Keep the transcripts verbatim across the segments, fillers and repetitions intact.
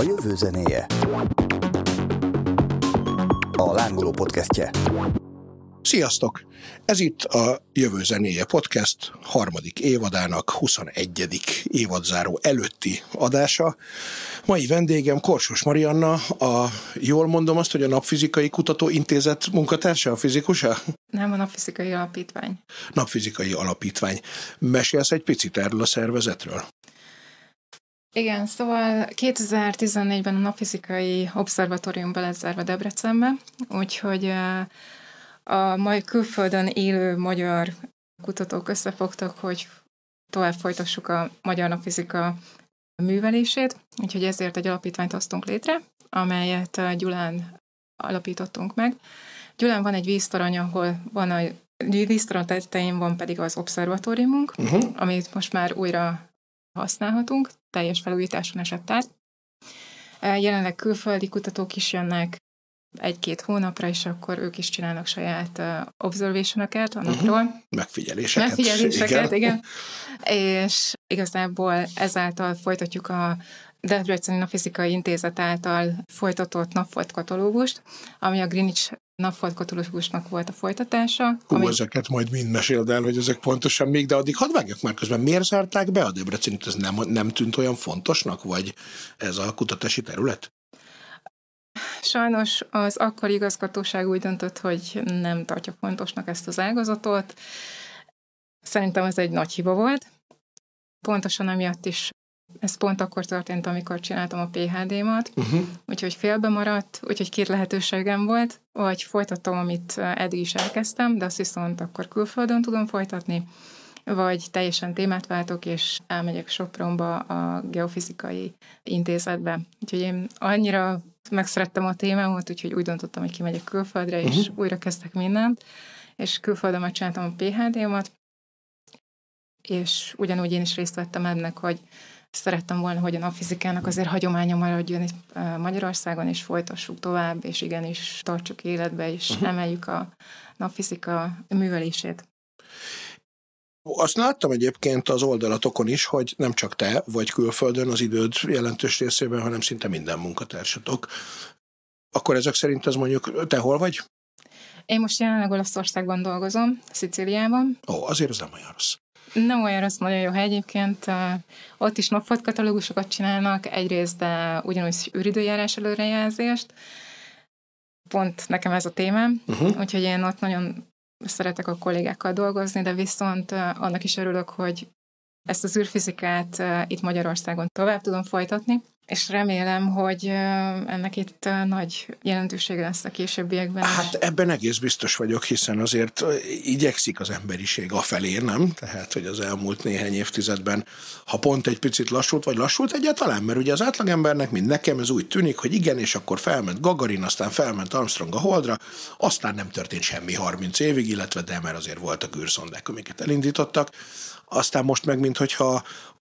A jövő zenéje. A Lángoló podcastje. Sziasztok! Ez itt a Jövő zenéje podcast harmadik évadának huszonegyedik évadzáró előtti adása. Mai vendégem Korsos Marianna, a, jól mondom azt, hogy a Napfizikai Kutatóintézet munkatársa, a fizikusa? Nem, a Napfizikai Alapítvány. Napfizikai Alapítvány. Mesélsz egy picit erről a szervezetről? Igen, szóval kétezer-tizennégyben a Napfizikai Obszervatórium be lett zárva Debrecenbe, úgyhogy a majd külföldön élő magyar kutatók összefogtak, hogy tovább folytassuk a magyar napfizika művelését, úgyhogy ezért egy alapítványt hoztunk létre, amelyet Gyulán alapítottunk meg. Gyulán van egy víztorony, ahol van a víztorony tetején van pedig az obszervatóriumunk, uh-huh. amit most már újra használhatunk, teljes felújításon esett át. Jelenleg külföldi kutatók is jönnek egy-két hónapra, és akkor ők is csinálnak saját uh, observationokat a napról. Uh-huh. Megfigyeléseket. Megfigyeléseket, igen. igen. És igazából ezáltal folytatjuk a Debreceni Napfizikai Intézet által folytatott napfolt-katalógust, ami a Greenwich napfolt-katalógusnak volt a folytatása. Hú, ami... ezeket majd mind meséld el, hogy ezek pontosan még, de addig hadd vágjak már közben. Miért zárták be a Debrecenit? Ez nem, nem tűnt olyan fontosnak, vagy ez a kutatási terület? Sajnos az akkori igazgatóság úgy döntött, hogy nem tartja fontosnak ezt az ágazatot. Szerintem ez egy nagy hiba volt. Pontosan amiatt is, ez pont akkor történt, amikor csináltam a pé há dé-mat, uh-huh. úgyhogy félbe maradt, úgyhogy két lehetőségem volt, vagy folytatom, amit eddig is elkezdtem, de azt viszont akkor külföldön tudom folytatni, vagy teljesen témát váltok, és elmegyek Sopronba a Geofizikai Intézetbe. Úgyhogy én annyira megszerettem a témámat, úgyhogy úgy döntöttem, hogy kimegyek külföldre, és uh-huh. újra kezdtek mindent, és külföldön megcsináltam a pé há dé-mat, és ugyanúgy én is részt vettem ennek, hogy szerettem volna, hogy a napfizikának azért hagyománya maradjon itt Magyarországon, és folytassuk tovább, és igenis tartsuk életbe, és uh-huh. emeljük a napfizika művelését. Azt láttam egyébként az oldalatokon is, hogy nem csak te vagy külföldön az időd jelentős részében, hanem szinte minden munkatársatok. Akkor ezek szerint ez mondjuk te hol vagy? Én most jelenleg Olaszországban dolgozom, Szicíliában. Ó, azért ez nem olyan rossz. Nem olyan rossz, nagyon jó hely egyébként. Ott is napfolt katalógusokat csinálnak, egyrészt, de ugyanúgy űridőjárás előrejelzést. Pont nekem ez a témám, uh-huh. úgyhogy én ott nagyon szeretek a kollégákkal dolgozni, de viszont annak is örülök, hogy ezt az űrfizikát itt Magyarországon tovább tudom folytatni, és remélem, hogy ennek itt nagy jelentősége lesz a későbbiekben. Hát ebben egész biztos vagyok, hiszen azért igyekszik az emberiség afelé, nem? Tehát, hogy az elmúlt néhány évtizedben, ha pont egy picit lassult, vagy lassult egyáltalán, mert ugye az átlagembernek, mint nekem, ez úgy tűnik, hogy igen, és akkor felment Gagarin, aztán felment Armstrong a Holdra, aztán nem történt semmi harminc évig, illetve de mert azért voltak űrszondák, amiket elindítottak. Aztán most meg, minthogyha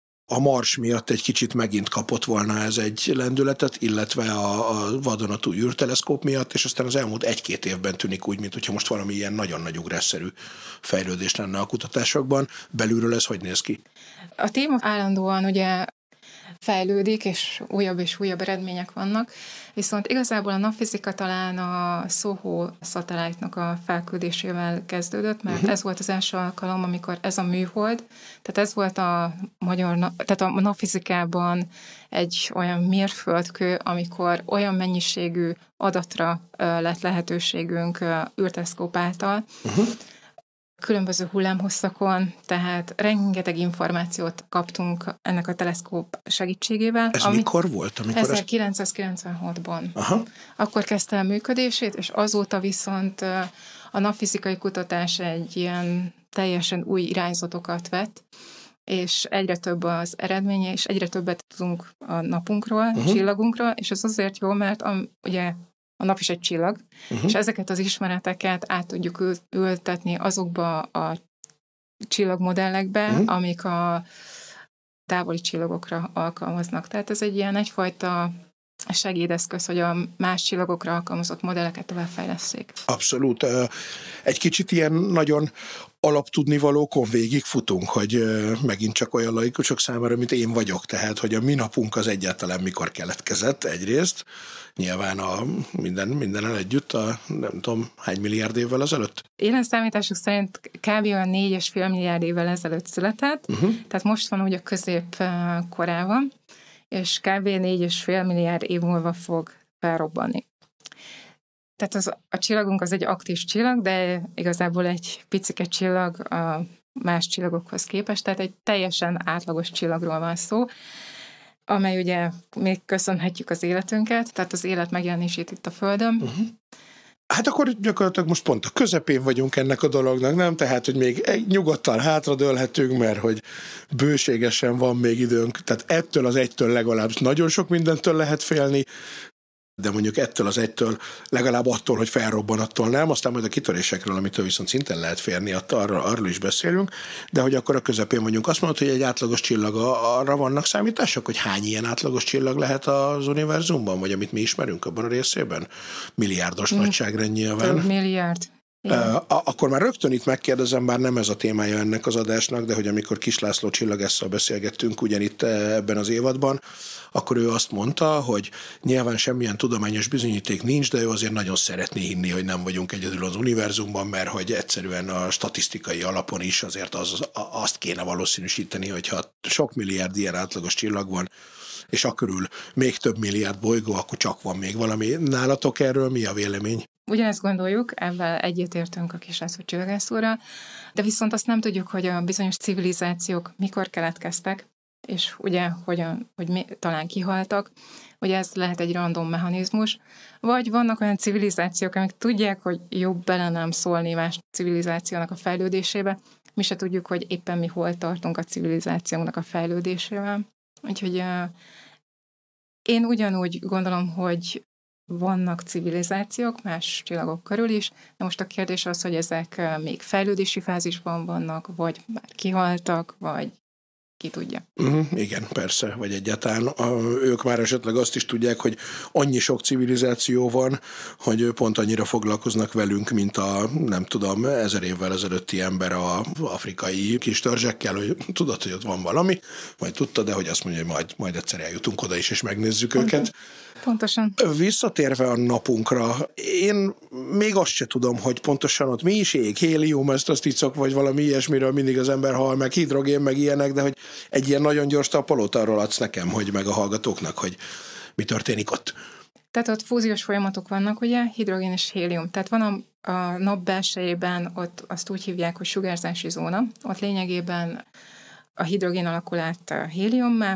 a Mars miatt egy kicsit megint kapott volna ez egy lendületet, illetve a, a vadonatúj űrteleszkóp miatt, és aztán az elmúlt egy-két évben tűnik úgy, mintha most valami ilyen nagyon nagy ugrásszerű fejlődés lenne a kutatásokban. Belülről ez hogy néz ki? A téma állandóan ugye fejlődik, és újabb és újabb eredmények vannak, viszont igazából a napfizika talán a SOHO Satellite-nak a felküldésével kezdődött, mert uh-huh. ez volt az első alkalom, amikor ez a műhold, tehát ez volt a magyar, tehát a napfizikában egy olyan mérföldkő, amikor olyan mennyiségű adatra lett lehetőségünk űrteleszkóp által, uh-huh. különböző hullámhosszakon, tehát rengeteg információt kaptunk ennek a teleszkóp segítségével. Ez ami mikor volt? Amikor ezerkilencszázkilencvenhatban. Aha. Akkor kezdte el működését, és azóta viszont a napfizikai kutatás egy ilyen teljesen új irányzatokat vett, és egyre több az eredménye, és egyre többet tudunk a napunkról, uh-huh. a csillagunkról, és ez azért jó, mert a, ugye a nap is egy csillag, uh-huh. és ezeket az ismereteket át tudjuk ültetni azokba a csillagmodellekbe, uh-huh. amik a távoli csillagokra alkalmaznak. Tehát ez egy ilyen egyfajta segédeszköz, hogy a más csillagokra alkalmazott modelleket továbbfejlesszék. Abszolút. Egy kicsit ilyen nagyon alaptudnivalókon végig futunk, hogy megint csak olyan laikusok számára, mint én vagyok, tehát, hogy a mi napunk az egyáltalán mikor keletkezett egyrészt, nyilván a minden, mindenen együtt a nem tudom hány milliárd évvel ezelőtt. Élen számítások szerint kb. Olyan négy és fél milliárd évvel ezelőtt született, uh-huh. tehát most van úgy a közép korában, és kb. négy és fél milliárd év múlva fog felrobbanni. Tehát az, a csillagunk az egy aktív csillag, de igazából egy picike csillag a más csillagokhoz képest, tehát egy teljesen átlagos csillagról van szó, amely ugye még köszönhetjük az életünket, tehát az élet megjelenését itt a Földön. Uh-huh. Hát akkor gyakorlatilag most pont a közepén vagyunk ennek a dolognak, nem? Tehát, hogy még nyugodtan hátradőlhetünk, mert hogy bőségesen van még időnk, tehát ettől az egytől legalább nagyon sok mindentől lehet félni, de mondjuk ettől az egytől legalább attól, hogy felrobban, attól nem, aztán majd a kitörésekről, amitől viszont szinten lehet férni, arra, arról is beszélünk, de hogy akkor a közepén vagyunk. Azt mondod, hogy egy átlagos csillag, arra vannak számítások, hogy hány ilyen átlagos csillag lehet az univerzumban, vagy amit mi ismerünk abban a részében? Milliárdos mm. nagyságrend nyilván. Több milliárd. Uh, akkor már rögtön itt megkérdezem, bár nem ez a témája ennek az adásnak, de hogy amikor Kis László Csillagásszal beszélgettünk ugyanitt ebben az évadban, akkor ő azt mondta, hogy nyilván semmilyen tudományos bizonyíték nincs, de ő azért nagyon szeretné hinni, hogy nem vagyunk egyedül az univerzumban, mert hogy egyszerűen a statisztikai alapon is azért az, azt kéne valószínűsíteni, hogyha sok milliárd ilyen átlagos csillag van, és akörül még több milliárd bolygó, akkor csak van még valami. Nálatok erről mi a vélemény? Ugyanezt gondoljuk, ebben egyetértünk a Kis László Csillagászúrral, de viszont azt nem tudjuk, hogy a bizonyos civilizációk mikor keletkeztek, és ugye, hogyan, hogy mi, talán kihaltak, hogy ez lehet egy random mechanizmus, vagy vannak olyan civilizációk, amik tudják, hogy jobb bele nem szólni más civilizációnak a fejlődésébe, mi se tudjuk, hogy éppen mi hol tartunk a civilizációnak a fejlődésével. Úgyhogy uh, én ugyanúgy gondolom, hogy vannak civilizációk más csillagok körül is, de most a kérdés az, hogy ezek még fejlődési fázisban vannak, vagy már kihaltak, vagy ki tudja. Uh-huh, igen, persze, vagy egyáltalán a, ők már esetleg azt is tudják, hogy annyi sok civilizáció van, hogy pont annyira foglalkoznak velünk, mint a, nem tudom, ezer évvel ezelőtti ember a afrikai kis törzsekkel, hogy tudod, hogy ott van valami, majd tudta, de hogy azt mondja, hogy majd, majd egyszer eljutunk oda is, és megnézzük uh-huh. őket. Pontosan. Visszatérve a napunkra, én még azt se tudom, hogy pontosan ott mi is ég, hélium, ezt azt icok, vagy valami ilyesmiről mindig az ember hall, meg hidrogén, meg ilyenek, de hogy egy ilyen nagyon gyors tappalót arról adsz nekem, hogy meg a hallgatóknak, hogy mi történik ott. Tehát ott fúziós folyamatok vannak, ugye, hidrogén és hélium. Tehát van a, a nap belsejében, ott azt úgy hívják, hogy sugárzási zóna. Ott lényegében a hidrogén alakul át a héliummá,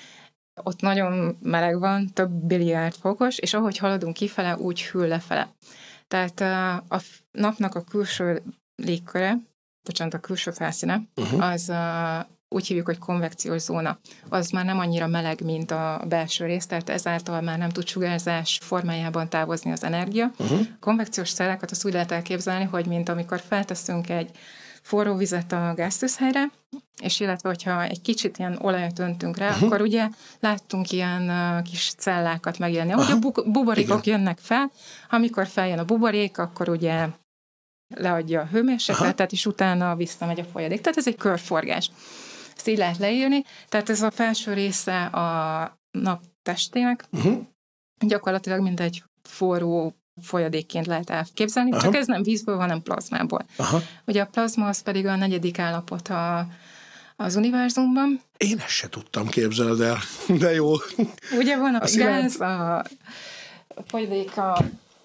ott nagyon meleg van, több billiárd fokos, és ahogy haladunk kifele, úgy hűl lefele. Tehát a napnak a külső légköre, bocsánat, a külső felszíne, uh-huh. az úgy hívjuk, hogy konvekciós zóna. Az már nem annyira meleg, mint a belső rész, tehát ezáltal már nem tud sugárzás formájában távozni az energia. Uh-huh. A konvekciós cellákat azt úgy lehet elképzelni, hogy mint amikor felteszünk egy forró vizet a gáztűzhelyre, és illetve, hogyha egy kicsit ilyen olajat öntünk rá, uh-huh. akkor ugye láttunk ilyen uh, kis cellákat megjelenni. Ahogy uh-huh. a bu- buborékok Igen. jönnek fel, amikor feljön a buborék, akkor ugye leadja a hőmérsékletet, és utána visszamegy a folyadék. Tehát ez egy körforgás. Ezt így lehet leírni. Tehát ez a felső része a nap testének, uh-huh. gyakorlatilag mint egy forró folyadékként lehet elképzelni, Aha. csak ez nem vízből, hanem plazmából. Aha. Ugye a plazma az pedig a negyedik állapot a, az univerzumban. Én ezt se tudtam, képzeld el, de jó. Ugye van a Azt gáz, a, a folyadék, a,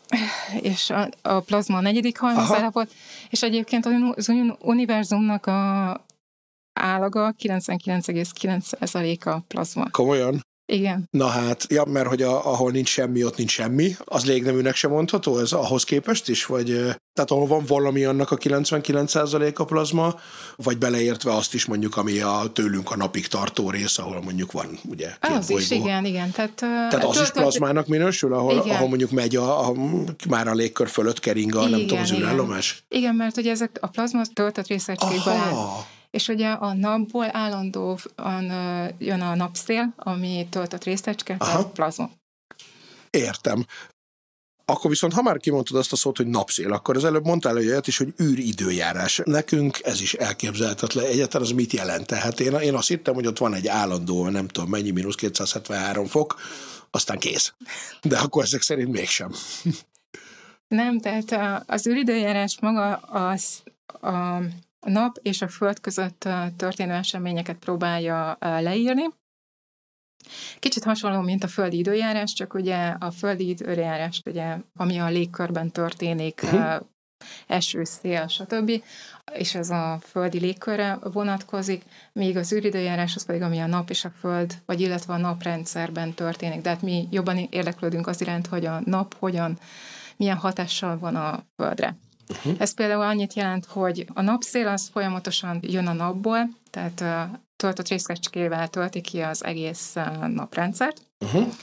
és a, a plazma a negyedik halmazállapot, és egyébként az univerzumnak a állaga kilencvenkilenc egész kilenc százaléka plazma. Komolyan? Igen. Na hát, ja, mert hogy a, ahol nincs semmi, ott nincs semmi, az légneműnek sem mondható, ez ahhoz képest is? Vagy, tehát ahol van valami, annak a kilencvenkilenc százaléka plazma, vagy beleértve azt is mondjuk, ami a tőlünk a napig tartó rész, ahol mondjuk van, ugye, két Az bolygó. is, igen, igen. Tehát, tehát az is plazmának minősül, ahol, ahol mondjuk megy a, a, már a légkör fölött kering a, igen, nem tudom, az űrállomás? Igen. igen, mert ugye ezek a plazma töltött részecskékből áll. És ugye a napból állandóan jön a napszél, ami töltött részecske, tehát plazma. Értem. Akkor viszont, ha már kimondtad azt a szót, hogy napszél, akkor az előbb mondtál egy olyat is, hogy űridőjárás. Nekünk ez is elképzelhetetlen. Egyáltalán az mit jelent? Tehát én, én azt hittem, hogy ott van egy állandó, nem tudom mennyi, mínusz kétszázhetvenhárom fok, aztán kész. De akkor ezek szerint mégsem. Nem, tehát az űridőjárás maga az a nap és a föld között történő eseményeket próbálja leírni. Kicsit hasonló, mint a földi időjárás, csak ugye a földi időjárást, ugye, ami a légkörben történik, uh-huh. eső, szél, stb., és ez a földi légkörre vonatkozik, míg az űridőjárás az pedig, ami a nap és a föld, vagy illetve a naprendszerben történik. De hát mi jobban érdeklődünk az iránt, hogy a nap hogyan, milyen hatással van a földre. Uh-huh. Ez például annyit jelent, hogy a napszél az folyamatosan jön a napból, tehát töltött részecskével tölti ki az egész naprendszert. Uh-huh.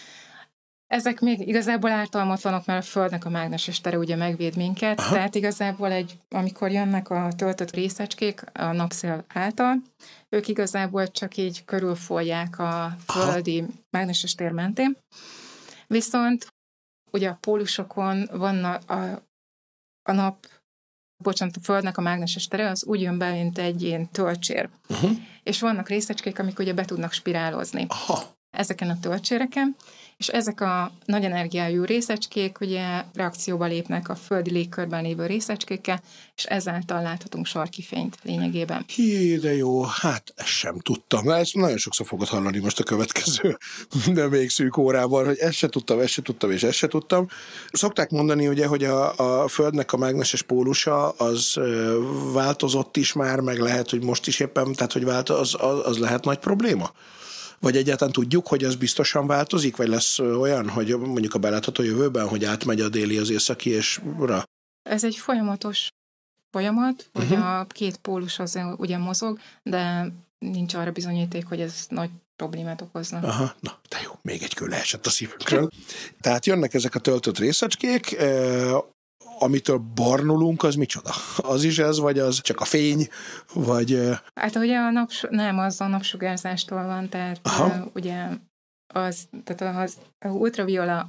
Ezek még igazából ártalmatlanok, mert a Földnek a mágneses tere ugye megvéd minket, aha. Tehát igazából egy, amikor jönnek a töltött részecskék a napszél által, ők igazából csak így körülfolják a földi aha. mágneses tér mentén. Viszont ugye a pólusokon vannak a, a nap, bocsánat, a Földnek a mágneses tere az úgy jön be, mint egy ilyen tölcsér. Uh-huh. És vannak részecskék, amik ugye be tudnak spirálozni. Aha. Ezeken a töltséreken, és ezek a nagy energiájú részecskék ugye reakcióba lépnek a földi légkörben lévő részecskékkel, és ezáltal láthatunk sarki fényt lényegében. Hí, de jó, hát ezt sem tudtam. Ezt nagyon sokszor fogod hallani most a következő, de még szűk órában, hogy ezt se tudtam, ezt se tudtam, és ezt se tudtam. Szokták mondani ugye, hogy a, a Földnek a mágneses pólusa az változott is már, meg lehet, hogy most is éppen, tehát hogy vált, az, az, az lehet nagy probléma? Vagy egyáltalán tudjuk, hogy ez biztosan változik, vagy lesz olyan, hogy mondjuk a belátható jövőben, hogy átmegy a déli az északi és ra? Ez egy folyamatos folyamat, uh-huh. hogy a két pólus az ugye mozog, de nincs arra bizonyíték, hogy ez nagy problémát okozna. Aha, na, de jó, még egy kő leesett a szívünkről. Tehát jönnek ezek a töltött részecskék, eh, amitől barnulunk, az micsoda? Az is ez, vagy az csak a fény, vagy... Hát ugye a nap, nem, az a napsugárzástól van, tehát uh, ugye az, tehát az ultraviola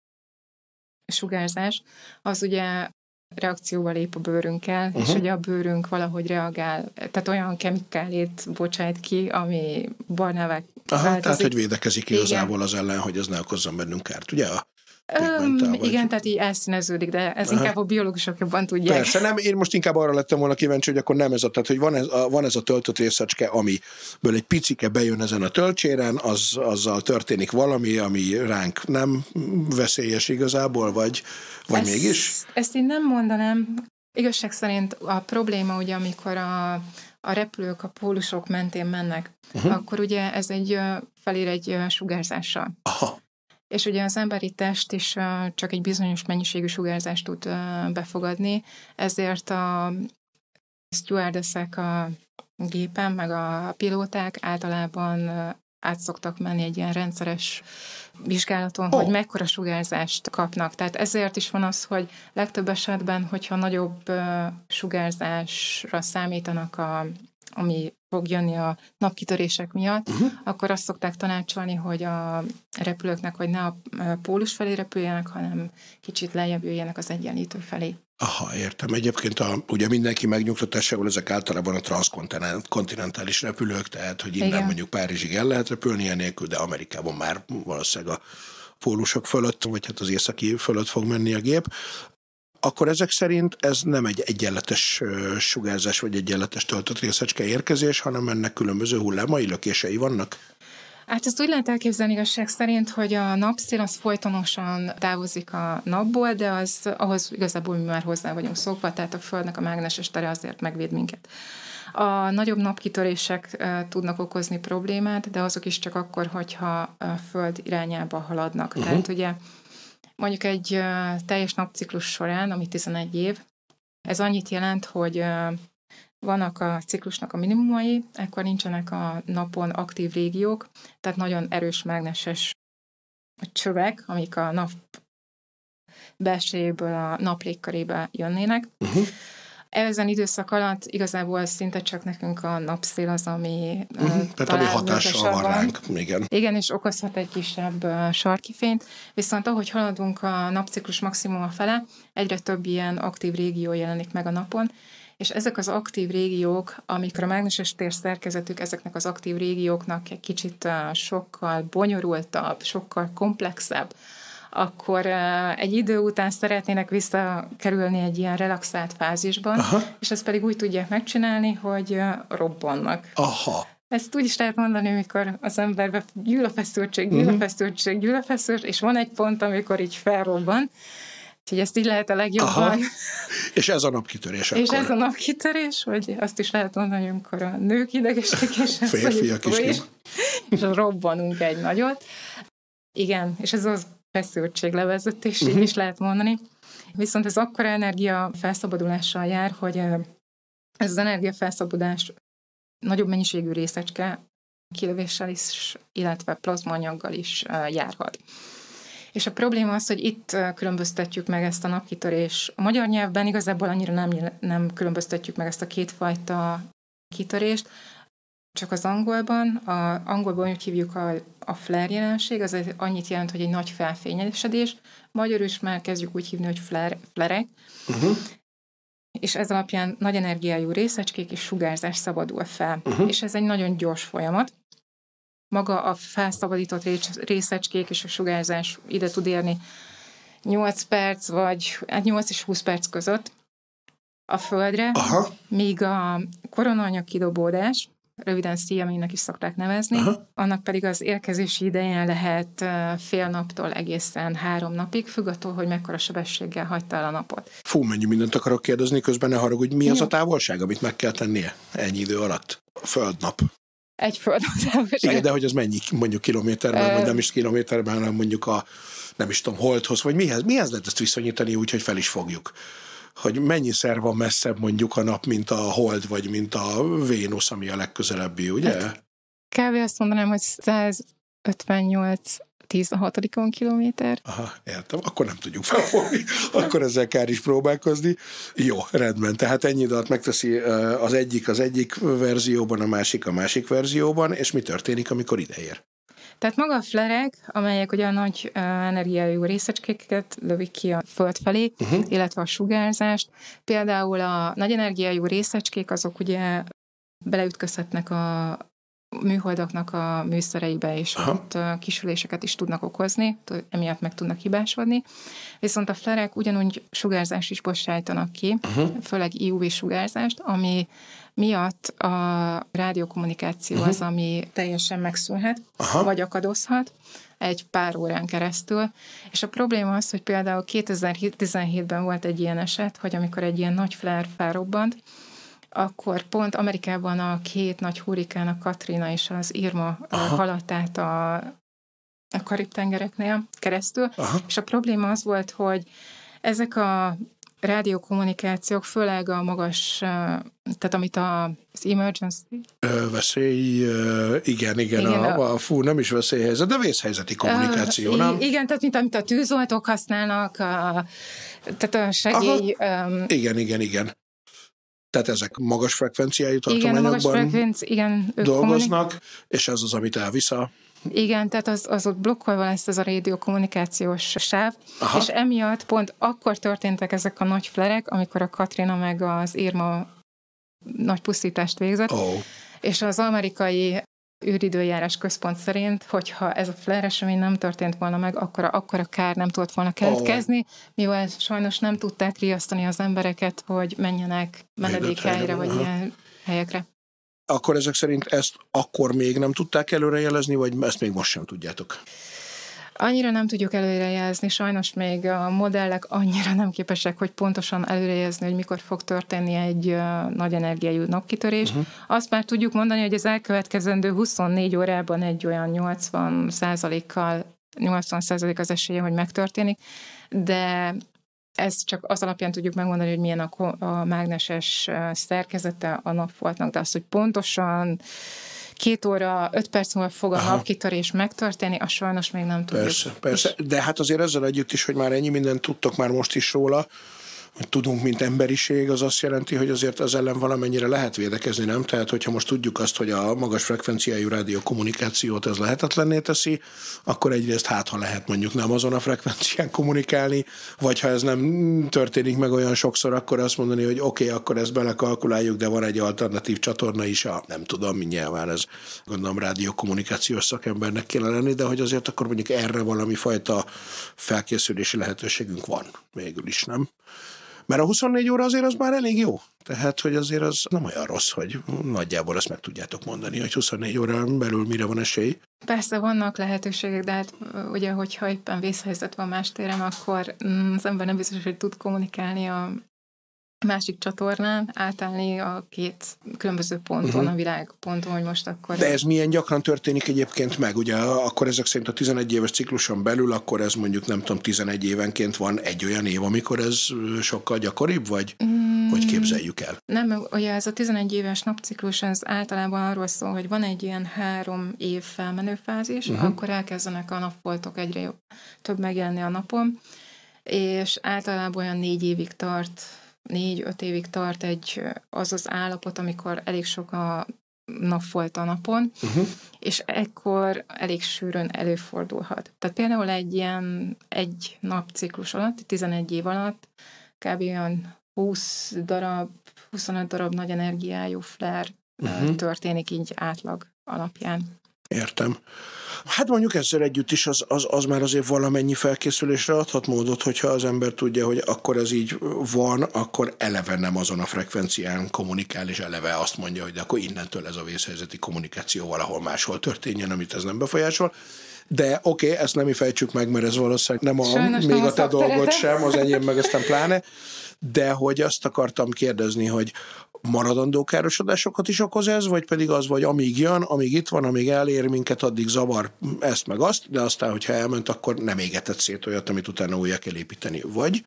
sugárzás, az ugye reakcióba lép a bőrünkkel, uh-huh. és ugye a bőrünk valahogy reagál, tehát olyan kemikálét bocsájt ki, ami barnává változik. Tehát, hogy védekezik igazából az ellen, hogy az ne okozzon bennünk kárt, ugye? Um, igen, tehát így elszíneződik, de ez aha. inkább a biológusok jobban tudják. Persze, nem, én most inkább arra lettem volna kíváncsi, hogy akkor nem ez a, tehát hogy van ez a, van ez a töltött részecske, amiből egy picike bejön ezen a töltséren, az, azzal történik valami, ami ránk nem veszélyes igazából, vagy, vagy ezt, mégis? Ezt én nem mondanám. Igazság szerint a probléma ugye, amikor a, a repülők a pólusok mentén mennek, uh-huh. akkor ugye ez egy felér egy sugárzással. Aha. És ugye az emberi test is csak egy bizonyos mennyiségű sugárzást tud befogadni, ezért a stewardessek a gépen, meg a pilóták általában át szoktak menni egy ilyen rendszeres vizsgálaton, oh. hogy mekkora sugárzást kapnak. Tehát ezért is van az, hogy legtöbb esetben, hogyha nagyobb sugárzásra számítanak, a, ami fog jönni a napkitörések miatt, uh-huh. akkor azt szokták tanácsolni, hogy a repülőknek, hogy ne a pólus felé repüljenek, hanem kicsit lejjebb jöjjenek az egyenlítő felé. Aha, értem. Egyébként a, ugye mindenki megnyugtatásából ezek általában a transzkontinentális repülők, tehát hogy innen igen. mondjuk Párizsig el lehet repülni enélkül, de Amerikában már valószínűleg a pólusok fölött, vagy hát az északi fölött fog menni a gép. Akkor ezek szerint ez nem egy egyenletes sugárzás, vagy egyenletes töltött részecske érkezés, hanem ennek különböző hullámai, lökései vannak? Hát ezt úgy lehet elképzelni igazság szerint, hogy a napszél az folytonosan távozik a napból, de az ahhoz igazából mi már hozzá vagyunk szokva, tehát a Földnek a mágneses tere azért megvéd minket. A nagyobb napkitörések tudnak okozni problémát, de azok is csak akkor, hogyha a Föld irányába haladnak. Uh-huh. Tehát ugye mondjuk egy uh, teljes napciklus során, ami tizenegy év, ez annyit jelent, hogy uh, vannak a ciklusnak a minimumai, ekkor nincsenek a napon aktív régiók, tehát nagyon erős mágneses csövek, amik a nap belsejéből a nap légkörébe jönnének. Uh-huh. Ezen időszak alatt igazából szinte csak nekünk a napszél az, ami uh-huh. Tehát ami hatással van ránk. Igen. Igen, és okozhat egy kisebb uh, sarkifényt, viszont ahogy haladunk a napciklus maximuma fele, egyre több ilyen aktív régió jelenik meg a napon, és ezek az aktív régiók, amikor a mágneses tér szerkezetük ezeknek az aktív régióknak egy kicsit uh, sokkal bonyolultabb, sokkal komplexebb, akkor uh, egy idő után szeretnének visszakerülni egy ilyen relaxált fázisban, aha. és ezt pedig úgy tudják megcsinálni, hogy uh, robbannak. Aha. Ezt úgy is lehet mondani, amikor az emberben gyűl a feszültség, gyűl a feszültség, gyűl a feszültség, és van egy pont, amikor így felrobban. Úgyhogy ezt így lehet a legjobban. Aha. És ez a napkitörés És akkor. ez a napkitörés, hogy azt is lehet mondani, amikor a nők idegesek, és férfiak is, és, és robbanunk egy nagyot. Igen, és ez az feszültséglevezetés, uh-huh. így is lehet mondani. Viszont ez akkora energia felszabadulással jár, hogy ez az energia felszabadulás nagyobb mennyiségű részecske kilövéssel is, illetve plazmaanyaggal is járhat. És a probléma az, hogy itt különböztetjük meg ezt a napkitörés. A magyar nyelvben igazából annyira nem, nem különböztetjük meg ezt a kétfajta kitörést, csak az angolban. A angolban úgy hívjuk a, a flare jelenség, az annyit jelent, hogy egy nagy felfényesedés. Magyarul is már kezdjük úgy hívni, hogy flare, flerek. Uh-huh. És ez alapján nagy energiájú részecskék és sugárzás szabadul fel. Uh-huh. És ez egy nagyon gyors folyamat. Maga a felszabadított részecskék és a sugárzás ide tud érni nyolc perc, vagy hát nyolc és húsz perc között a Földre, aha. míg a koronaanyag kidobódás, röviden szíjaménynek is szokták nevezni, aha. annak pedig az érkezési ideje lehet fél naptól egészen három napig, függ attól, hogy mekkora sebességgel hagyta el a napot. Fú, mennyi mindent akarok kérdezni, közben ne haragudj, mi az a távolság, amit meg kell tennie ennyi idő alatt? A Földnap. Egy földtávolság. Igen, de hogy az mennyi, mondjuk kilométerben, uh, vagy nem is kilométerben, hanem mondjuk a, nem is tudom, holdhoz, vagy mihez, mihez lehet ezt viszonyítani úgy, hogy fel is fogjuk? Hogy mennyiszer van messzebb mondjuk a nap, mint a hold, vagy mint a Vénusz, ami a legközelebbi, ugye? Hát, kb. Azt mondanám, hogy százötvennyolc tizenhatodikon kilométer. Aha, értem. Akkor nem tudjuk felfogni. Akkor ezzel kár is próbálkozni. Jó, rendben. Tehát ennyi időt megteszi az egyik az egyik verzióban, a másik a másik verzióban, és mi történik, amikor ideér? Tehát maga a flerek, amelyek ugye a nagy uh, energiájú részecskéket lövik ki a föld felé, uh-huh. illetve a sugárzást. Például a nagy energiájú részecskék azok ugye beleütközhetnek a műholdaknak a műszereibe, és aha. ott kisüléseket is tudnak okozni, emiatt meg tudnak hibásodni. Viszont a flerek ugyanúgy sugárzást is bocsájtanak ki, uh-huh. főleg i u vé-sugárzást, ami miatt a rádiókommunikáció uh-huh. az, ami teljesen megszűnhet, aha. vagy akadozhat egy pár órán keresztül. És a probléma az, hogy például kétezer-tizenhétben volt egy ilyen eset, hogy amikor egy ilyen nagy flare felrobbant, akkor pont Amerikában a két nagy hurrikán, a Katrina és az Irma aha. haladt át a, a Karib-tengereknél keresztül, aha. és a probléma az volt, hogy ezek a rádiókommunikációk, főleg a magas, tehát amit az emergency... Ö, veszély, igen, igen, igen a, a, fú, nem is veszélyhelyzet, de vészhelyzeti kommunikáció, ö, nem? Igen, tehát mint amit a tűzoltók használnak, a, tehát a segély... Um, igen, igen, igen. Tehát ezek magas frekvenciájú tartományokban igen, dolgoznak, kommunik- és ez az, amit elvisz a... Igen, tehát az, az ott blokkolva lesz ez a rádiókommunikációs sáv, aha. és emiatt pont akkor történtek ezek a nagy flerek, amikor a Katrina meg az Irma nagy pusztítást végzett, oh. és az amerikai űridőjárás központ szerint, hogyha ez a flare esemény nem történt volna meg, akkor a, akkor a kár nem tudott volna keletkezni, oh. mivel sajnos nem tudták riasztani az embereket, hogy menjenek menedékhelyre, vagy aha. ilyen helyekre. Akkor ezek szerint ezt akkor még nem tudták előrejelezni, vagy ezt még most sem tudjátok? Annyira nem tudjuk előrejelezni, sajnos még a modellek annyira nem képesek, hogy pontosan előrejelezni, hogy mikor fog történni egy uh, nagy energiájú napkitörés. Uh-huh. Azt már tudjuk mondani, hogy az elkövetkezendő huszonnégy órában egy olyan nyolcvan százalékkal, nyolcvan százalék az esélye, hogy megtörténik, de ezt csak az alapján tudjuk megmondani, hogy milyen a, a mágneses szerkezete a napfoltnak, de az, hogy pontosan két óra, öt perc múlva fog a aha. napkitörés megtörténni, azt sajnos még nem tudjuk. Persze, persze, de hát azért ezzel együtt is, hogy már ennyi mindent tudtok már most is róla, tudunk, mint emberiség, az azt jelenti, hogy azért az ellen valamennyire lehet védekezni, nem? Tehát, hogyha most tudjuk azt, hogy a magas frekvenciájú rádiókommunikációt ez lehetetlenné teszi, akkor egyrészt hát, ha lehet mondjuk nem azon a frekvencián kommunikálni, vagy ha ez nem történik meg olyan sokszor, akkor azt mondani, hogy oké, okay, akkor ezt belekalkuláljuk, de van egy alternatív csatorna is, a, nem tudom, nyilván ez gondolom rádiókommunikációs szakembernek kéne lenni, de hogy azért akkor mondjuk erre valami fajta felkészülési lehetőségünk van végül is, nem? Mert a huszonnégy óra azért az már elég jó. Tehát, hogy azért az nem olyan rossz, hogy nagyjából ezt meg tudjátok mondani, hogy huszonnégy órán belül mire van esély. Persze vannak lehetőségek, de hát ugye, hogyha éppen vészhelyzet van más téren, akkor az ember nem biztos, hogy tud kommunikálni a másik csatornán, átállni a két különböző ponton, uh-huh. a világponton, hogy most akkor... De ez milyen gyakran történik egyébként meg? Ugye akkor ezek szerint a tizenegy éves cikluson belül, akkor ez mondjuk nem tudom, tizenegy évenként van egy olyan év, amikor ez sokkal gyakoribb, vagy mm, hogy képzeljük el? Nem, ugye ez a tizenegy éves napciklus, ez általában arról szól, hogy van egy ilyen három év felmenő fázis, uh-huh. akkor elkezdenek a napfoltok egyre jobb, több megjelenni a napon, és általában olyan négy évig tart, négy-öt évig tart egy az az állapot, amikor elég sok a napfolt a napon, uh-huh. és ekkor elég sűrűn előfordulhat. Tehát például egy ilyen egy napciklus alatt, tizenegy év alatt kb. Olyan húsz darab, huszonöt darab nagy energiájú flare uh-huh. történik így átlag alapján. Értem. Hát mondjuk ezzel együtt is az, az, az már azért valamennyi felkészülésre adhat módot, hogyha az ember tudja, hogy akkor ez így van, akkor eleve nem azon a frekvencián kommunikál, és eleve azt mondja, hogy de akkor innentől ez a vészhelyzeti kommunikáció valahol máshol történjen, amit ez nem befolyásol. De oké, okay, ezt nem mi fejtsük meg, mert ez valószínűleg nem a, Sajnos még nem a te dolgod sem, az enyém meg aztán pláne. De hogy azt akartam kérdezni, hogy maradandó károsodásokat is okoz ez, vagy pedig az, vagy amíg jön, amíg itt van, amíg elér minket, addig zavar ezt meg azt, de aztán, hogyha elment, akkor nem égetett szét olyat, amit utána újra kell építeni. Vagy?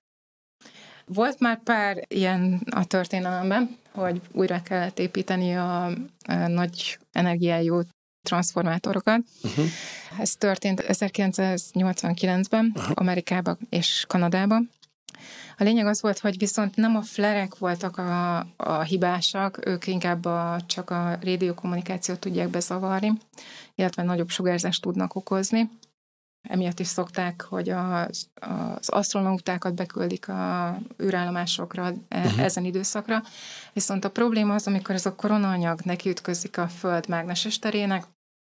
Volt már pár ilyen a történelemben, hogy újra kellett építeni a, a nagy energiájú transformátorokat. Uh-huh. Ez történt ezerkilencszáznyolcvankilencben uh-huh. Amerikában és Kanadában. A lényeg az volt, hogy viszont nem a flerek voltak a, a hibásak, ők inkább a, csak a rádiókommunikációt tudják bezavarni, illetve nagyobb sugárzást tudnak okozni. Emiatt is szokták, hogy az, az asztronautákat beküldik a űrállomásokra uh-huh. ezen időszakra. Viszont a probléma az, amikor ez a koronaanyag nekiütközik a Föld mágneses terének,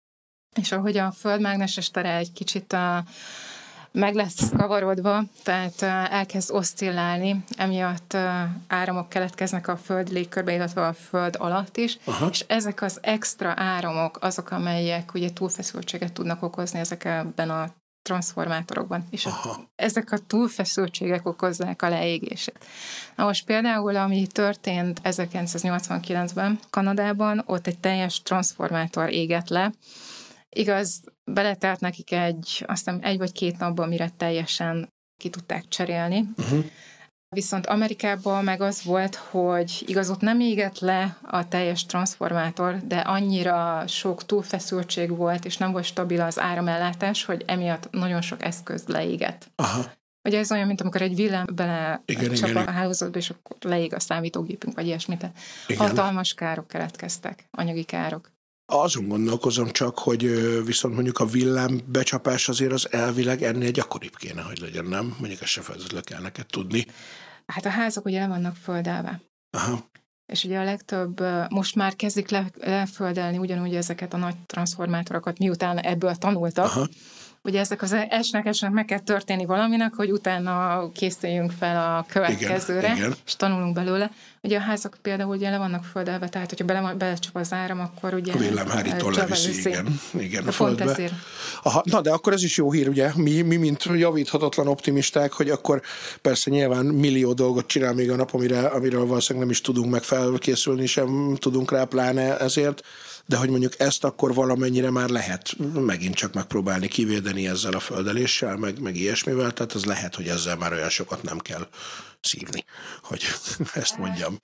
és ahogy a Föld mágneses tere egy kicsit a meg lesz kavarodva, tehát elkezd oszcillálni, emiatt áramok keletkeznek a Föld légkörbe, illetve a Föld alatt is, aha. és ezek az extra áramok azok, amelyek ugye túlfeszültséget tudnak okozni ezekben a transformátorokban, és a, ezek a túlfeszültségek okozzák a leégését. Na most például, ami történt ezerkilencszáznyolcvankilencben Kanadában, ott egy teljes transformátor égett le. Igaz, beletelt nekik egy, azt hiszem egy vagy két napban, mire teljesen ki tudták cserélni. Uh-huh. Viszont Amerikában meg az volt, hogy igaz, ott nem égett le a teljes transformátor, de annyira sok túlfeszültség volt, és nem volt stabil az áramellátás, hogy emiatt nagyon sok eszköz leégett. Aha. Ugye ez olyan, mint amikor egy villám bele igen, csap igen, a hálózatba, és akkor leég a számítógépünk, vagy ilyesmit. Hatalmas károk keletkeztek, anyagi károk. Azon gondolkozom csak, hogy viszont mondjuk a villám becsapás azért az elvileg ennél gyakoribb kéne, hogy legyen, nem? Mondjuk ezt se feltétlenül kell neked tudni. Hát a házak ugye le vannak földelve. Aha. És ugye a legtöbb, most már kezdik le, leföldelni ugyanúgy ezeket a nagy transformátorokat, miután ebből tanultak. Aha. Ugye ezek az esnek, esnek meg kell történni valaminek, hogy utána készüljünk fel a következőre, igen, igen. és tanulunk belőle. Ugye a házak például ugye le vannak földelve, tehát hogyha bele, belecsap az áram, akkor ugye... A villámhárító leviszi, igen, igen, a földbe. Pont ezért. Aha, na de akkor ez is jó hír, ugye? Mi, mi, mint javíthatatlan optimisták, hogy akkor persze nyilván millió dolgot csinál még a nap, amire, amiről valószínűleg nem is tudunk meg felkészülni, sem tudunk rá pláne ezért, de hogy mondjuk ezt akkor valamennyire már lehet megint csak megpróbálni kivédeni ezzel a földeléssel, meg, meg ilyesmivel, tehát ez lehet, hogy ezzel már olyan sokat nem kell szívni, hogy ezt mondjam.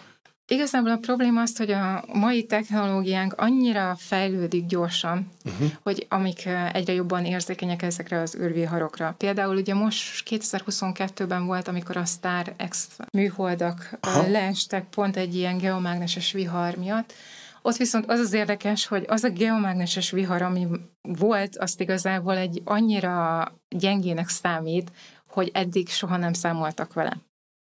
Igazából a probléma az, hogy a mai technológiánk annyira fejlődik gyorsan, uh-huh. hogy amik egyre jobban érzékenyek ezekre az űrviharokra. Például ugye most kétezer-huszonkettőben volt, amikor a StarX műholdak Aha. leestek pont egy ilyen geomágneses vihar miatt. Ott viszont az az érdekes, hogy az a geomágneses vihar, ami volt, azt igazából egy annyira gyengének számít, hogy eddig soha nem számoltak vele.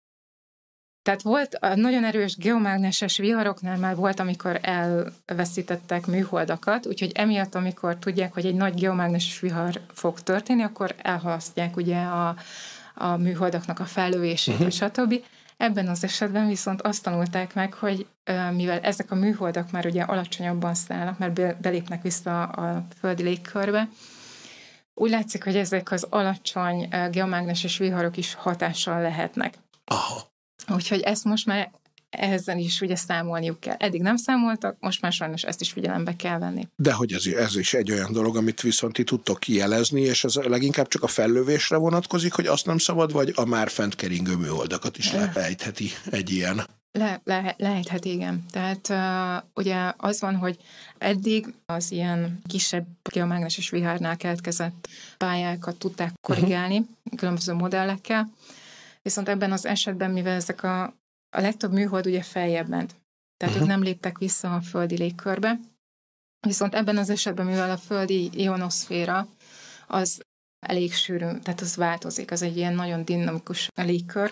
Tehát volt a nagyon erős geomágneses viharoknál már volt, amikor elveszítettek műholdakat, úgyhogy emiatt, amikor tudják, hogy egy nagy geomágneses vihar fog történni, akkor elhalasztják ugye a, a műholdaknak a fellövését, uh-huh. stb. Ebben az esetben viszont azt tanulták meg, hogy mivel ezek a műholdak már ugye alacsonyabban szállnak, mert belépnek vissza a földi légkörbe, úgy látszik, hogy ezek az alacsony geomágneses viharok is hatással lehetnek. Aha. Úgyhogy ezt most már ezzel is ugye számolniuk kell. Eddig nem számoltak, most már sajnos ezt is figyelembe kell venni. De hogy ez, ez is egy olyan dolog, amit viszont ti tudtok kijelezni, és ez leginkább csak a fellövésre vonatkozik, hogy azt nem szabad, vagy a már fent keringő műholdakat is lejtheti egy ilyen? Le, le, lejthet, igen. Tehát uh, ugye az van, hogy eddig az ilyen kisebb geomágneses vihárnál keletkezett pályákat tudták korrigálni uh-huh. különböző modellekkel, viszont ebben az esetben, mivel ezek a, a legtöbb műhold ugye feljebb ment, tehát uh-huh. ők nem léptek vissza a földi légkörbe, viszont ebben az esetben, mivel a földi ionoszféra az elég sűrű, tehát az változik, az egy ilyen nagyon dinamikus légkör,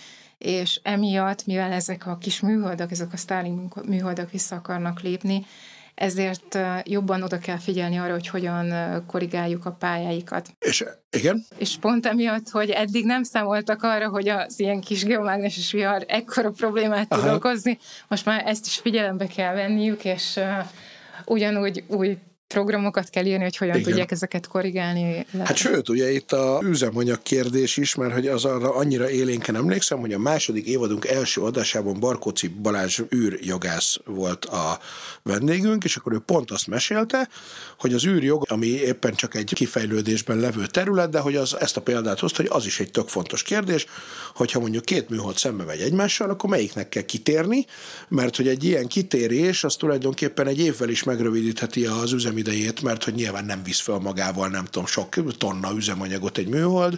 és emiatt, mivel ezek a kis műholdak, ezek a Starlink műholdak vissza akarnak lépni, ezért jobban oda kell figyelni arra, hogy hogyan korrigáljuk a pályáikat. És igen? És pont emiatt, hogy eddig nem számoltak arra, hogy az ilyen kis geomágneses vihar ekkora problémát tud okozni, most már ezt is figyelembe kell venniük, és uh, ugyanúgy új programokat kell írni, hogy hogyan Igen. tudják ezeket korrigálni. Hát sőt, ugye itt a üzemanyag kérdés is, mert hogy az arra annyira élénken emlékszem, hogy a második évadunk első adásában Barkóczy Balázs űrjogász volt a vendégünk, és akkor ő pont azt mesélte, hogy az űrjog, ami éppen csak egy kifejlődésben levő terület, de hogy az, ezt a példát hozta, hogy az is egy tök fontos kérdés, hogyha mondjuk két műhold szembe megy egymással, akkor melyiknek kell kitérni, mert hogy egy ilyen kitérés, az tulajdonképpen egy évvel is megrövidítheti az üzemi idejét, mert hogy nyilván nem visz fel magával, nem tudom, sok tonna üzemanyagot egy műhold,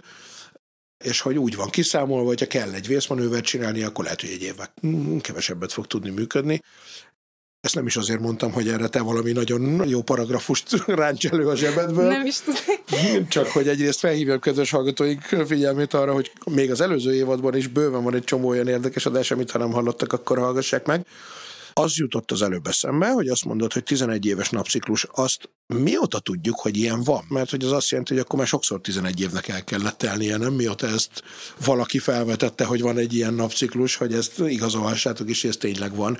és hogy úgy van kiszámolva, hogyha kell egy vészmanővert csinálni, akkor lehet, hogy egy évvel kevesebbet fog tudni működni. Ezt nem is azért mondtam, hogy erre te valami nagyon jó paragrafust ráncs elő a zsebedből. Nem is tudnék. Csak hogy egyrészt felhívjam kedves hallgatóink figyelmét arra, hogy még az előző évadban is bőven van egy csomó olyan érdekes adás, amit ha nem hallottak, akkor hallgassák meg. Az jutott az előbb eszembe, hogy azt mondod, hogy tizenegy éves napciklus, azt mióta tudjuk, hogy ilyen van? Mert hogy az azt jelenti, hogy akkor már sokszor tizenegy évnek el kellett telnie, nem? Mióta ezt valaki felvetette, hogy van egy ilyen napciklus, hogy ezt igazolhassátok is, és ez tényleg van.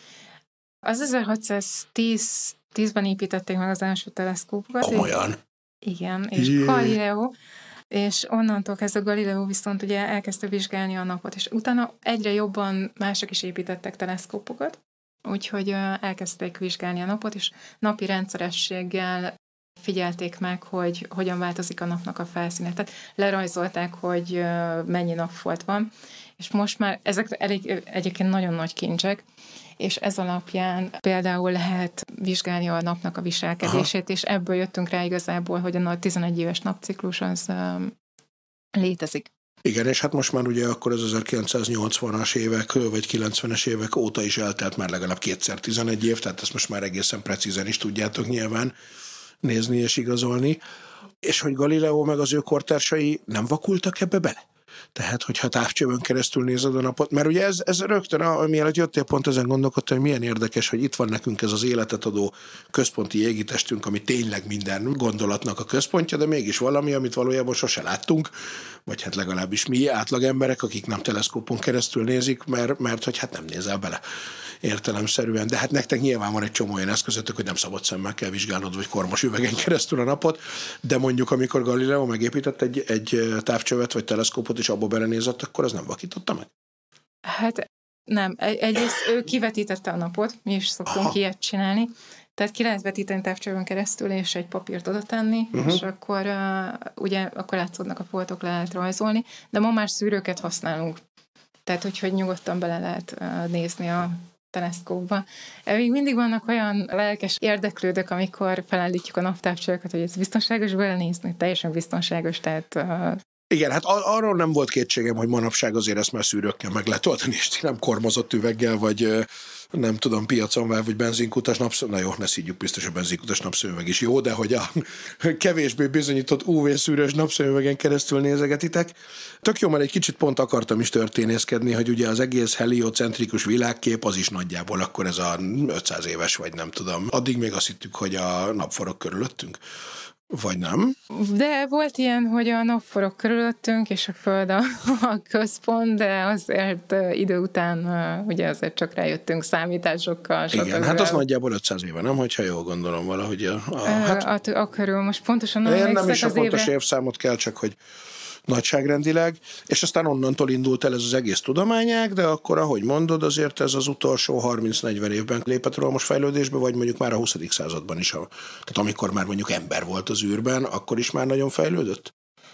Az ezerhatszáztízben építették meg az első teleszkópokat. Komolyan? Igen, és yeah. Galileo, és onnantól kezdve Galileo viszont ugye elkezdte vizsgálni a napot, és utána egyre jobban mások is építettek teleszkópokat, úgyhogy elkezdték vizsgálni a napot, és napi rendszerességgel figyelték meg, hogy hogyan változik a napnak a felszíne. Tehát lerajzolták, hogy mennyi napfolt van, és most már ezek elég, egyébként nagyon nagy kincsek, és ez alapján például lehet vizsgálni a napnak a viselkedését, Aha. és ebből jöttünk rá igazából, hogy a tizenegy éves napciklus az um, létezik. Igen, és hát most már ugye akkor az ezerkilencszáznyolcvanas évek, vagy kilencvenes évek óta is eltelt már legalább kétszer tizenegy év, tehát ezt most már egészen precízen is tudjátok nyilván nézni és igazolni. És hogy Galileo meg az ő kortársai nem vakultak ebbe bele? Tehát, hogyha távcsövön keresztül nézed a napot, mert ugye ez, ez rögtön, mielőtt jöttél, pont ezen gondolkodtam, hogy milyen érdekes, hogy itt van nekünk ez az életet adó központi égitestünk, ami tényleg minden gondolatnak a központja, de mégis valami, amit valójában sose láttunk, vagy hát legalábbis mi átlag emberek, akik nem teleszkópon keresztül nézik, mert, mert hogy hát nem nézel bele értelemszerűen. De hát nektek nyilván van egy csomó olyan eszközötök, hogy nem szabad szemmel kell vizsgálnod, vagy kormos üvegen keresztül a napot, de mondjuk amikor Galileo megépített egy, egy távcsövet, vagy teleszkópot, és abba belenézett, akkor az nem vakította meg? Hát nem. Egyrészt ő kivetítette a napot, mi is szoktunk Aha. ilyet csinálni, tehát ki lehet vetíteni távcsövön keresztül, és egy papírt oda tenni, uh-huh. és akkor uh, ugye akkor látszódnak a foltok, le lehet rajzolni, de ma már szűrőket használunk. Tehát, úgyhogy nyugodtan bele lehet uh, nézni a teleszkópba. Még mindig vannak olyan lelkes érdeklődők, amikor felállítjuk a naptávcsőket, hogy ez biztonságos belenézni, teljesen biztonságos, tehát... Uh... Igen, hát ar- arról nem volt kétségem, hogy manapság azért ezt már szűrőkkel meg lehet oldani, és nem kormozott üveggel, vagy nem tudom, piacon vár, vagy benzinkutas napszemüveg, na jó, ne szígyük, biztos a benzinkutas napszemüveg is jó, de hogy a kevésbé bizonyított ú vé-szűrős napszemüvegen keresztül nézegetitek. Tök jó, mert egy kicsit pont akartam is történészkedni, hogy ugye az egész heliocentrikus világkép az is nagyjából akkor ez a ötszáz éves, vagy nem tudom. Addig még azt hittük, hogy a nap forog körülöttünk. Vagy nem? De volt ilyen, hogy a nap forog körülöttünk, és a Föld a, a központ, de azért idő után ugye azért csak rájöttünk számításokkal. Igen, hát az nagyjából ötszáz éve, nem? Hogyha jól gondolom valahogy. A, a, hát, a, a körül most pontosan nem emlékszek nem is a pontos évre... évszámot kell, csak hogy nagyságrendileg, és aztán onnantól indult el ez az egész tudományág, de akkor, ahogy mondod, azért ez az utolsó harminc-negyven évben lépett rohamos fejlődésbe, vagy mondjuk már a huszadik században is, a, tehát amikor már mondjuk ember volt az űrben, akkor is már nagyon fejlődött?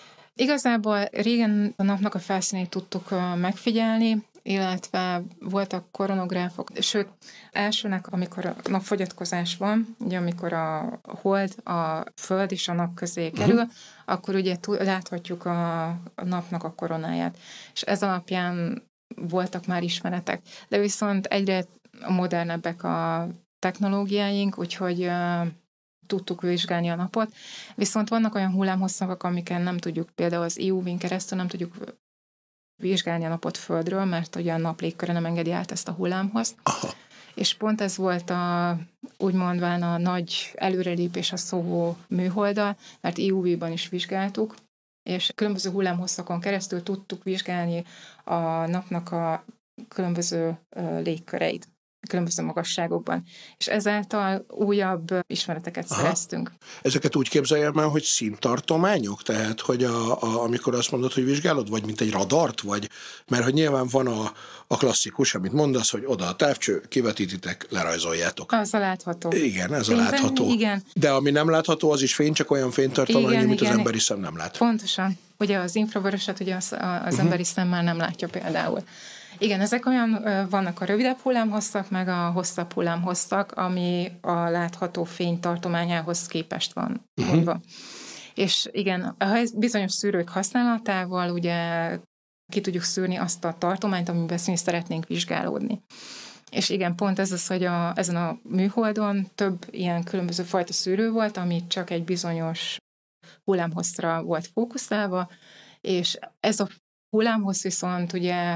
Igazából régen a napnak a felszínét tudtuk megfigyelni, illetve voltak koronográfok, sőt, elsőnek, amikor a napfogyatkozás van, ugye amikor a hold, a föld és a nap közé kerül, uh-huh. akkor ugye láthatjuk a, a napnak a koronáját. És ez alapján voltak már ismeretek. De viszont egyre modernebbek a technológiáink, úgyhogy uh, tudtuk vizsgálni a napot. Viszont vannak olyan hullámhosszak, amiken nem tudjuk, például az í ú vén keresztül nem tudjuk vizsgálni a napot Földről, mert ugye a nap légköre nem engedi át ezt a hullámhozt. Aha. És pont ez volt a, úgy mondván a nagy előrelépés a SOHO műholddal, mert í ú vé-ban is vizsgáltuk, és különböző hullámhosszakon keresztül tudtuk vizsgálni a napnak a különböző légköreit, különböző magasságokban. És ezáltal újabb ismereteket Aha. szereztünk. Ezeket úgy képzeljem el, hogy színtartományok? Tehát, hogy a, a, amikor azt mondod, hogy vizsgálod, vagy mint egy radart, vagy, mert hogy nyilván van a, a klasszikus, amit mondasz, hogy oda a távcső, kivetítitek, lerajzoljátok. Az a látható. Igen, ez a igen, látható. Igen. De ami nem látható, az is fény, csak olyan fénytartomány, igen, amit igen. az emberi szem nem lát. Pontosan. Ugye az infravöröset ugye az, az uh-huh. emberi szem már nem látja például. Igen, ezek olyan, vannak a rövidebb hullámhosszak, meg a hosszabb hullámhosszak, ami a látható fénytartományához képest van mondva. Uh-huh. És igen, a bizonyos szűrők használatával ugye ki tudjuk szűrni azt a tartományt, amiben mi szeretnénk vizsgálódni. És igen, pont ez az, hogy a, ezen a műholdon több ilyen különböző fajta szűrő volt, ami csak egy bizonyos hullámhosszra volt fókuszálva, és ez a hullámhossz viszont ugye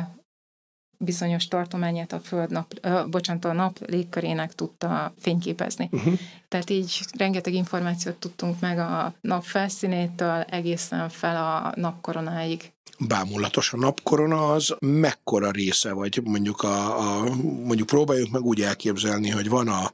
bizonyos tartományát a föld nap, ö, bocsánat, a nap légkörének tudta fényképezni. Uh-huh. Tehát így rengeteg információt tudtunk meg a nap felszínétől egészen fel a napkoronáig. Bámulatos. A napkorona az mekkora része, vagy mondjuk a, a mondjuk próbáljuk meg úgy elképzelni, hogy van a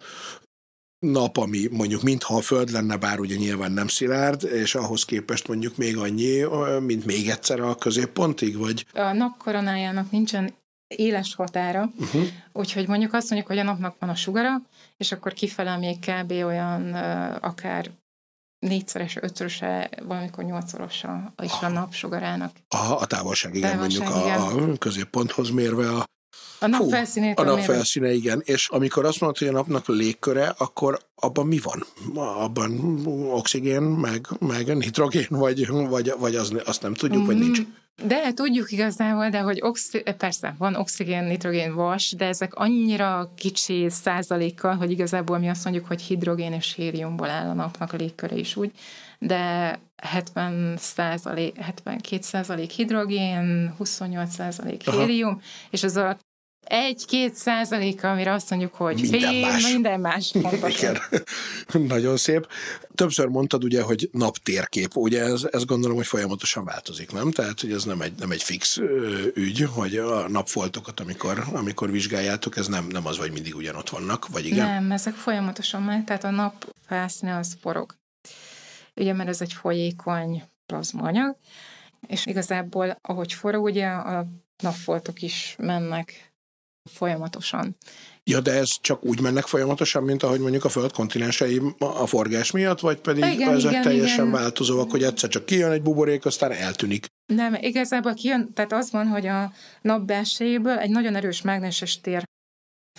nap, ami mondjuk mintha a föld lenne, bár ugye nyilván nem szilárd, és ahhoz képest mondjuk még annyi, mint még egyszer a középpontig, vagy? A nap koronájának nincsen éles határa, uh-huh. úgyhogy mondjuk azt mondjuk, hogy a napnak van a sugara, és akkor kifele még kb. Olyan uh, akár négyszeres, ötszöröse, valamikor nyolcszorosa is a nap sugarának. Aha, a távolság, igen, távolság, mondjuk igen. A, a középponthoz mérve a A nap felszínét. A nap felszíne, igen. És amikor azt mondod, hogy a napnak a légköre, akkor abban mi van? Abban oxigén, meg, meg nitrogén, vagy, vagy, vagy az, azt nem tudjuk, mm, vagy nincs? De tudjuk igazából, de hogy oxi- persze, van oxigén, nitrogén, vas, de ezek annyira kicsi százalékkal, hogy igazából mi azt mondjuk, hogy hidrogén és héliumból áll a napnak a légköre is úgy, de hetven százalék, hetvenkét százalék hidrogén, huszonnyolc százalék hélium, Aha. és az a egy-két százaléka, amire azt mondjuk, hogy minden fény, más. minden más. Igen. Nagyon szép. Többször mondtad ugye, hogy naptérkép. Ugye ez, ez gondolom, hogy folyamatosan változik, nem? Tehát, hogy ez nem egy, nem egy fix ö, ügy, hogy a napfoltokat, amikor, amikor vizsgáljátok, ez nem, nem az, hogy mindig ugyanott vannak, vagy igen? Nem, ezek folyamatosan megy, tehát a nap felszíne az forog. Ugye, mert ez egy folyékony plazmaanyag, és igazából, ahogy forog, ugye a napfoltok is mennek folyamatosan. Ja, de ez csak úgy mennek folyamatosan, mint ahogy mondjuk a föld kontinensei a forgás miatt, vagy pedig igen, ezek igen, teljesen igen. változóak, hogy egyszer csak kijön egy buborék, aztán eltűnik. Nem, igazából kijön, tehát az van, hogy a nap belsejéből egy nagyon erős mágneses tér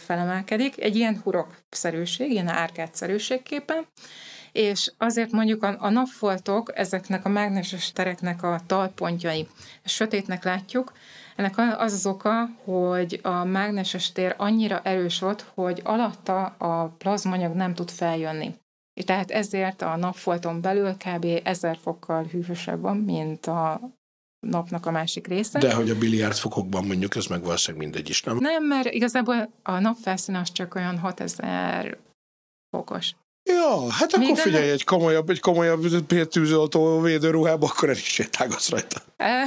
felemelkedik, egy ilyen hurokszerűség, ilyen árkádszerűségképpen, és azért mondjuk a, a napfoltok ezeknek a mágneses tereknek a talpontjai. Sötétnek látjuk, ennek az az oka, hogy a mágneses tér annyira erős volt, hogy alatta a plazmanyag nem tud feljönni. És tehát ezért a napfolton belül kb. ezer fokkal hűvösebb van, mint a napnak a másik része. De hogy a biliárd fokokban mondjuk, ez meg valószínűleg mindegy is, nem? Nem, mert igazából a napfelszín az csak olyan hatezer fokos. Ja, hát akkor Még figyelj, nem... egy komolyabb, egy komolyabb tűzoltó védőruhába, akkor el is sétálgatsz rajta.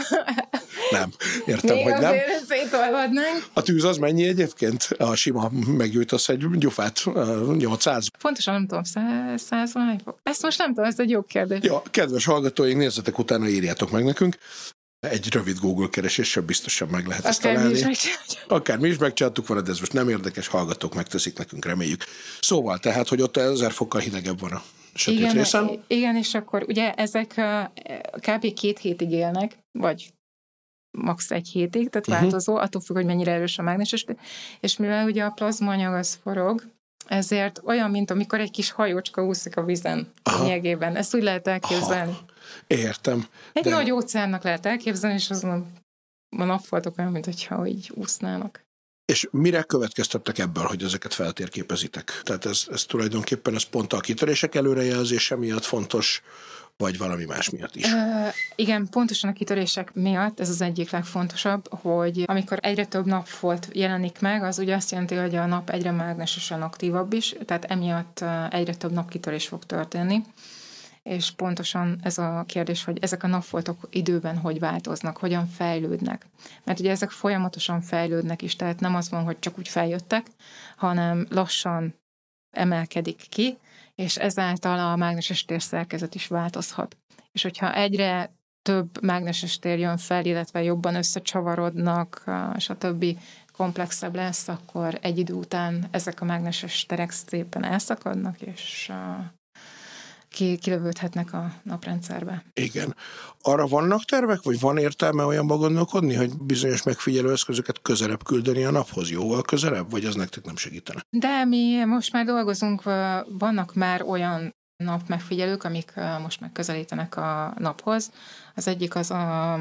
Nem, értem, Még hogy nem. azért szétolvadnánk. A tűz az mennyi egyébként? A sima meggyújtasz egy gyufát, nyolcszáz. Pontosan nem tudom, száz valahány fok. Ezt most nem tudom, ez egy jó kérdés. Ja, kedves hallgatóink, nézzetek utána, írjátok meg nekünk. Egy rövid Google kereséssel biztosan meg lehet ezt Akár találni. mi is megcsináljuk. Akár mi is megcsináltuk volna, de ez most nem érdekes, hallgatók megteszik nekünk, reméljük. Szóval, tehát, hogy ott ezer fokkal hidegebb van a sötét Igen, részen. igen, és akkor ugye ezek kb. két hétig élnek, vagy max. egy hétig, tehát Uh-huh. változó, attól függ, hogy mennyire erős a mágneses, és mivel ugye a plazmaanyag az forog, ezért olyan, mint amikor egy kis hajócska úszik a vízen lényegében. Ezt úgy lehet elképzelni. Aha. Értem. Egy de... nagy óceánnak lehet elképzelni, és azon a napfoltok olyan, mint hogyha így úsznának. És mire következtettek ebből, hogy ezeket feltérképezitek? Tehát ez, ez tulajdonképpen ez pont a kitörések előrejelzése miatt fontos, vagy valami más miatt is? Uh, igen, pontosan a kitörések miatt ez az egyik legfontosabb, hogy amikor egyre több napfolt jelenik meg, az ugye azt jelenti, hogy a nap egyre mágnesesen aktívabb is, tehát emiatt egyre több napkitörés fog történni. És pontosan ez a kérdés, hogy ezek a napfoltok időben hogy változnak, hogyan fejlődnek. Mert ugye ezek folyamatosan fejlődnek is, tehát nem az van, hogy csak úgy feljöttek, hanem lassan emelkedik ki, és ezáltal a mágneses tér szerkezet is változhat. És hogyha egyre több mágneses tér jön fel, illetve jobban összecsavarodnak, és a többi komplexebb lesz, akkor egy idő után ezek a mágneses terek szépen elszakadnak, és kilövődhetnek a naprendszerbe. Igen. Arra vannak tervek, vagy van értelme olyanba gondolkodni, hogy bizonyos megfigyelő eszközöket közelebb küldeni a naphoz? Jóval közelebb, vagy az nektek nem segítene? De mi most már dolgozunk, vannak már olyan napmegfigyelők, amik most már közelítenek a naphoz. Az egyik az a,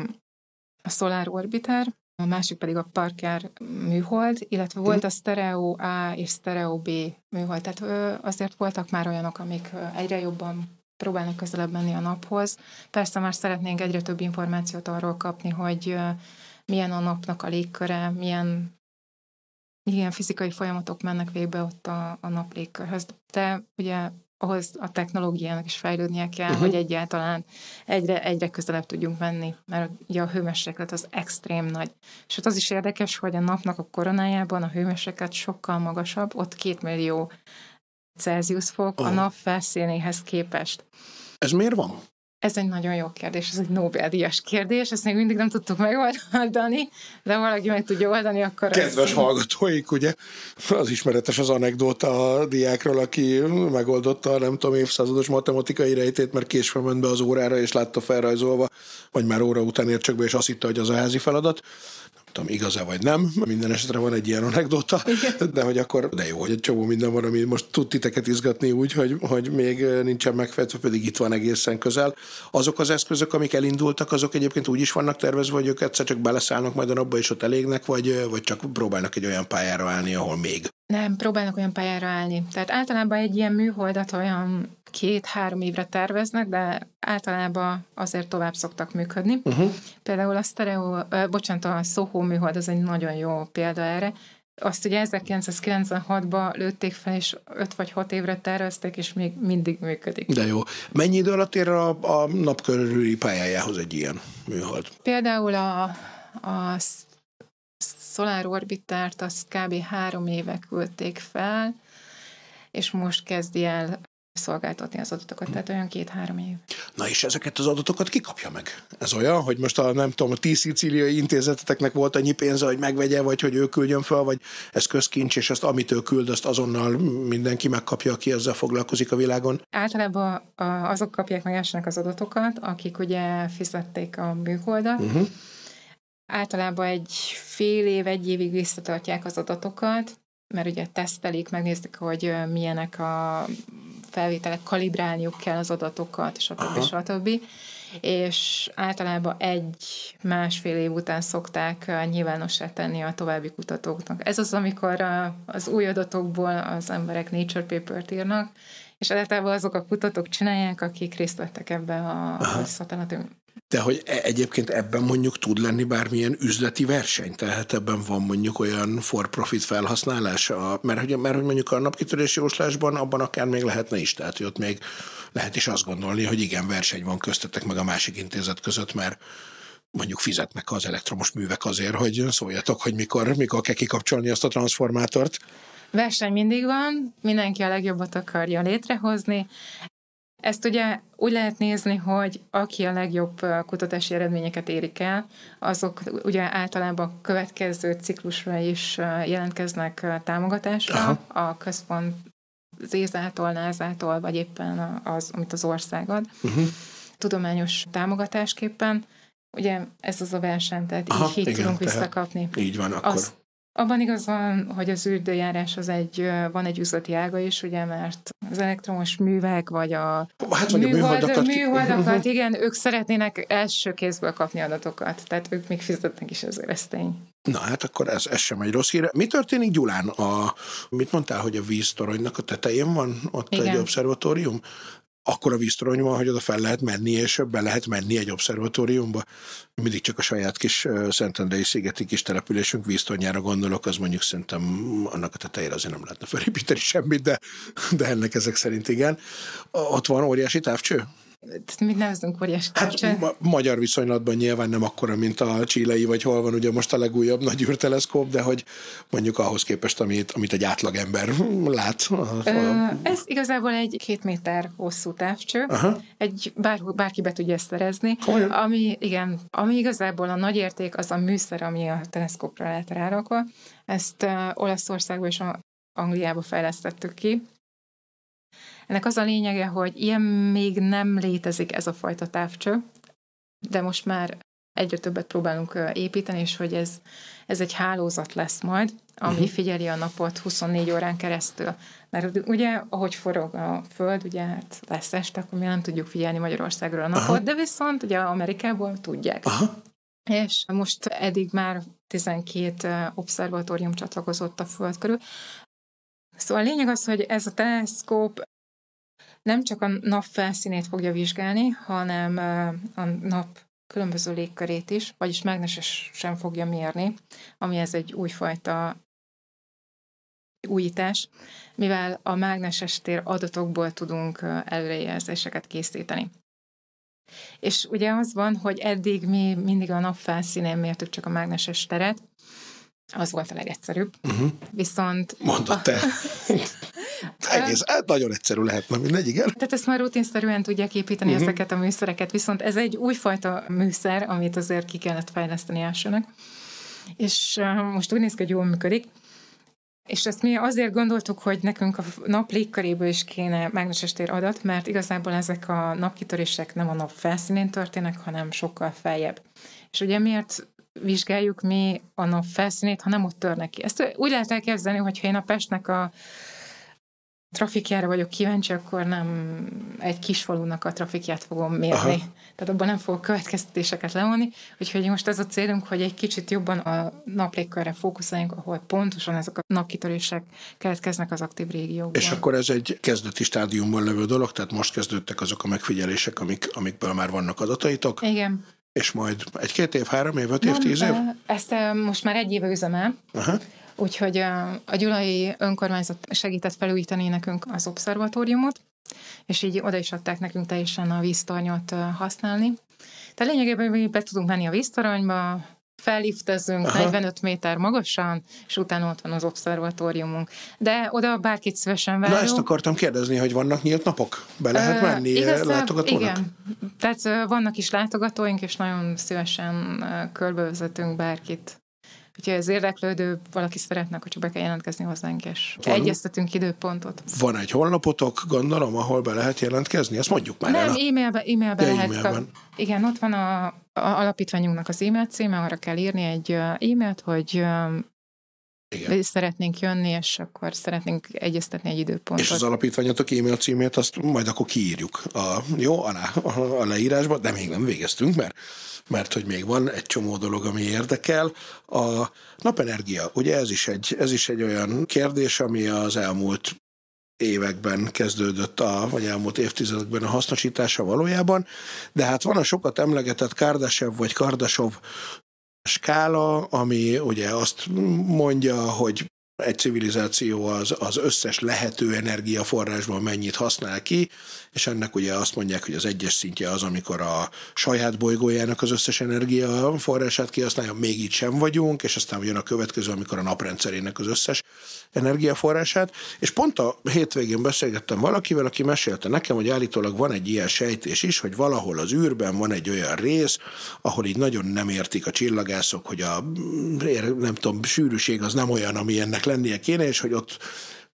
a Solar Orbiter, a másik pedig a Parker műhold, illetve volt a Stereo A és Stereo B műhold. Tehát azért voltak már olyanok, amik egyre jobban próbálnak közelebb menni a naphoz. Persze már szeretnénk egyre több információt arról kapni, hogy milyen a napnak a légköre, milyen, milyen fizikai folyamatok mennek végbe ott a, a nap légkörhöz. De ugye ahhoz a technológiának is fejlődnie kell, uh-huh. hogy egyáltalán egyre, egyre közelebb tudjunk menni, mert ugye a hőmérséklet az extrém nagy. És ott az is érdekes, hogy a napnak a koronájában a hőmérséklet sokkal magasabb, ott két millió Celsius fok uh-huh. a nap felszínéhez képest. Ez miért van? Ez egy nagyon jó kérdés, ez egy Nobel-díjas kérdés, ezt még mindig nem tudtuk megoldani, de valaki meg tudja oldani, akkor... Kedves az... hallgatóik, ugye, az ismeretes az anekdóta a diákról, aki megoldotta a nem tudom évszázados matematikai rejtét, mert késve ment be az órára, és látta felrajzolva, vagy már óra után ért csak be, és azt hitte, hogy az a házi feladat. Nem tudom, igaz-e vagy nem, minden esetre van egy ilyen anekdóta, de hogy akkor, de jó, hogy egy csomó minden van, ami most tud titeket izgatni úgy, hogy, hogy még nincsen megfejtve, pedig itt van egészen közel. Azok az eszközök, amik elindultak, azok egyébként úgy is vannak tervezve, hogy ők egyszer csak beleszállnak majd a napba, és ott elégnek, vagy, vagy csak próbálnak egy olyan pályára állni, ahol még? Nem, próbálnak olyan pályára állni. Tehát általában egy ilyen műholdat olyan két-három évre terveznek, de általában azért tovább szoktak működni. Uh-huh. Például a Stereo, uh, bocsánat, a Soho műhold az egy nagyon jó példa erre. Azt ugye ezerkilencszázkilencvenhatban lőtték fel, és öt vagy hat évre tervezték, és még mindig működik. De jó. Mennyi idő alatt ér a, a nap körüli pályájához egy ilyen műhold? Például a, a Solar Orbitert azt kb. három éve küldték fel, és most kezdi el szolgáltatni az adatokat, tehát olyan két-három év. Na és ezeket az adatokat ki kapja meg? Ez olyan, hogy most a nem tudom, a ti szicíliai intézeteteknek volt annyi pénze, hogy megvegye, vagy hogy ő küldjön fel, vagy ez közkincs, és azt amit ő küld, azt azonnal mindenki megkapja, aki ezzel foglalkozik a világon? Általában azok kapják meg elsőnek az adatokat, akik ugye fizették a műholdat. Uh-huh. Általában egy fél év, egy évig visszatartják az adatokat, mert ugye tesztelik, megnézték, hogy milyenek a felvételek, kalibrálniuk kell az adatokat, stb. stb. És általában egy-másfél év után szokták nyilvánossá tenni a további kutatóknak. Ez az, amikor a, az új adatokból az emberek Nature Papert írnak, és általában azok a kutatók csinálják, akik részt vettek ebbe a, a szatellitum. De hogy egyébként ebben mondjuk tud lenni bármilyen üzleti verseny, tehát ebben van mondjuk olyan for-profit felhasználása, mert hogy, mert hogy mondjuk a napkitörési jóslásban abban akár még lehetne is, tehát hogy ott még lehet is azt gondolni, hogy igen, verseny van köztetek meg a másik intézet között, mert mondjuk fizetnek az elektromos művek azért, hogy szóljatok, hogy mikor, mikor kell kikapcsolni azt a transformátort. Verseny mindig van, mindenki a legjobbat akarja létrehozni. Ezt ugye úgy lehet nézni, hogy aki a legjobb kutatási eredményeket érik el, azok ugye általában a következő ciklusra is jelentkeznek támogatásra. Aha. A központ az ézától, názától, vagy éppen az, amit az ország ad, uh-huh. tudományos támogatásképpen. Ugye ez az a verseny, tehát Aha, így, így igen, tudunk visszakapni. Így van, akkor... Azt, abban igaz van, hogy az űridőjárás az egy, van egy üzleti ága is, ugye, mert az elektromos művek, vagy a, hát, vagy műhold, a műholdakat, műholdakat igen, ők szeretnének első kézből kapni adatokat, tehát ők még fizetnek is ezért, ez tény. Na hát akkor ez, ez sem egy rossz hír. Mi történik Gyulán? A, mit mondtál, hogy a víztoronynak a tetején van ott igen. egy obszervatórium? Akkor a víztorony van, hogy oda fel lehet menni, és be lehet menni egy obszervatóriumba. Mindig csak a saját kis Szentendrei szigeti kis településünk víztoronyára gondolok, az mondjuk szerintem annak a tetejére azért nem lehetne felépíteni semmit, de, de ennek ezek szerint igen. Ott van óriási távcső? Mit nevezünk óriási távcső? Hát ma- magyar viszonylatban nyilván nem akkora, mint a chilei, vagy hol van ugye most a legújabb nagy űrteleszkóp, de hogy mondjuk ahhoz képest, amit, amit egy átlagember lát. Ö, ez igazából egy két méter hosszú távcső. Aha. Egy bár, bárki be tudja ezt szerezni. Olyan. Ami, igen, ami igazából a nagy érték, az a műszer, ami a teleszkópra lehet rárakva. Ezt uh, Olaszországban és Angliában fejlesztettük ki. Ennek az a lényege, hogy ilyen még nem létezik ez a fajta távcső, de most már egyre többet próbálunk építeni, és hogy ez, ez egy hálózat lesz majd, ami uh-huh. figyeli a napot huszonnégy órán keresztül. Mert ugye, ahogy forog a Föld, ugye hát lesz este, akkor mi nem tudjuk figyelni Magyarországról a napot, Aha. de viszont ugye Amerikából tudják. Aha. És most eddig már tizenkét obszervatórium csatlakozott a Föld körül. Szóval a lényeg az, hogy ez a teleszkóp nem csak a nap felszínét fogja vizsgálni, hanem a nap különböző légkörét is, vagyis mágnesesen fogja mérni, ami ez egy újfajta újítás, mivel a mágneses tér adatokból tudunk előrejelzéseket készíteni. És ugye az van, hogy eddig mi mindig a nap felszínén mértük csak a mágneses teret, az volt a legegyszerűbb. Uh-huh. Viszont... Mondod te. Egész, hát nagyon egyszerű lehetne, mindegy, igen. Tehát ezt már rutinszerűen tudják építeni uh-huh. ezeket a műszereket, viszont ez egy újfajta műszer, amit azért ki kellett fejleszteni elsőnek. És uh, most úgy néz ki, hogy jól működik. És ezt mi azért gondoltuk, hogy nekünk a nap légköréből is kéne mágneses tér adat, mert igazából ezek a napkitörések nem a nap felszínén történnek, hanem sokkal feljebb. És ugye miért vizsgáljuk mi a nap felszínét, ha nem ott törnek ki. Ezt úgy lehet elképzelni, hogyha én a Pestnek a trafikjára vagyok kíváncsi, akkor nem egy kis falunak a trafikját fogom mérni. Aha. Tehát abban nem fogok következtetéseket levonni. Úgyhogy most ez a célunk, hogy egy kicsit jobban a naplégkörre fókuszáljunk, ahol pontosan ezek a napkitörések keletkeznek az aktív régiókban. És akkor ez egy kezdeti stádiumban levő dolog, tehát most kezdődtek azok a megfigyelések, amik, amikből már vannak adataitok. Igen. És majd egy-két év, három év, öt év, tíz év? Ezt most már egy éve üzemel. Aha. Úgyhogy a, a gyulai önkormányzat segített felújítani nekünk az obszervatóriumot, és így oda is adták nekünk teljesen a víztornyot használni. Tehát lényegében mi be tudunk menni a víztoronyba, felliftezünk Aha. negyvenöt méter magasan, és utána ott van az obszervatóriumunk. De oda bárkit szívesen várjuk. Na ezt akartam kérdezni, hogy vannak nyílt napok? Be lehet menni uh, igazán, látogatónak? Igen. Tehát uh, vannak is látogatóink, és nagyon szívesen uh, körbevezetünk bárkit. Úgyhogy az érdeklődő, valaki szeretne, hogy csak be kell jelentkezni hozzánk, és van, egyeztetünk időpontot. Van egy honlapotok, gondolom, ahol be lehet jelentkezni? Ezt mondjuk már Nem, el. e-mailbe, e-mailbe ja, lehet. E-mailben. Igen, ott van a, a alapítványunknak az e-mail címe, arra kell írni egy e-mailt, hogy Igen. szeretnénk jönni, és akkor szeretnénk egyeztetni egy időpontot. És az alapítványatok e-mail címét azt majd akkor kiírjuk a, jó, alá, a, a leírásba, de még nem végeztünk, mert, mert hogy még van egy csomó dolog, ami érdekel. A napenergia, ugye ez is egy, ez is egy olyan kérdés, ami az elmúlt években kezdődött, a, vagy elmúlt évtizedekben a hasznosítása valójában, de hát van a sokat emlegetett Kardashev vagy Kardasov skála, ami ugye azt mondja, hogy egy civilizáció az, az összes lehető energiaforrásban mennyit használ ki, és ennek ugye azt mondják, hogy az egyes szintje az, amikor a saját bolygójának az összes energiaforrását kihasználja, még itt sem vagyunk, és aztán jön a következő, amikor a naprendszerének az összes energiaforrását, és pont a hétvégén beszélgettem valakivel, aki mesélte nekem, hogy állítólag van egy ilyen sejtés is, hogy valahol az űrben van egy olyan rész, ahol így nagyon nem értik a csillagászok, hogy a nem tudom, sűrűség az nem olyan, ami ennek lennie kéne, és hogy ott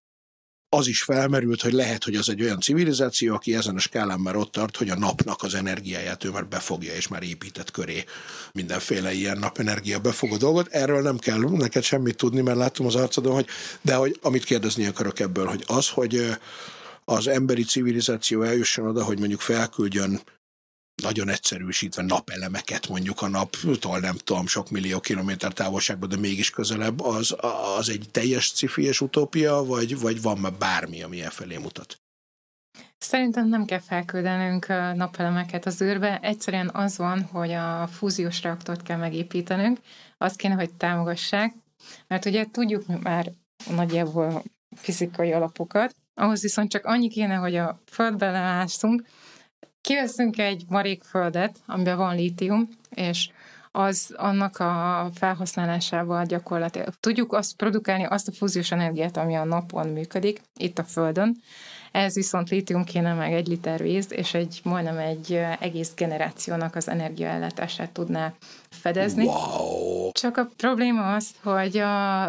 az is felmerült, hogy lehet, hogy az egy olyan civilizáció, aki ezen a skálán már ott tart, hogy a napnak az energiáját ő már befogja, és már épített köré mindenféle ilyen napenergia befogó dolgot. Erről nem kell neked semmit tudni, mert láttam az arcodon, hogy, de hogy amit kérdezni akarok ebből, hogy az, hogy az emberi civilizáció eljusson oda, hogy mondjuk felküldjön nagyon egyszerűsítve napelemeket mondjuk a naptól, nem tudom, sok millió kilométer távolságban, de mégis közelebb, az, az egy teljes sci-fi-es utópia, vagy, vagy van már bármi, ami elfelé mutat? Szerintem nem kell felküldenünk napelemeket az űrbe. Egyszerűen az van, hogy a fúziós reaktort kell megépítenünk, azt kéne, hogy támogassák, mert ugye tudjuk már nagyjából fizikai alapokat, ahhoz viszont csak annyi kéne, hogy a földbe leállszunk, kiveszünk egy marék földet, amiben van lítium, és az annak a felhasználásával gyakorlatilag tudjuk azt produkálni, azt a fúziós energiát, ami a napon működik, itt a Földön. Ez viszont lítium kéne meg egy liter víz, és egy majdnem egy egész generációnak az energiaellátását tudná fedezni. Wow. Csak a probléma az, hogy a...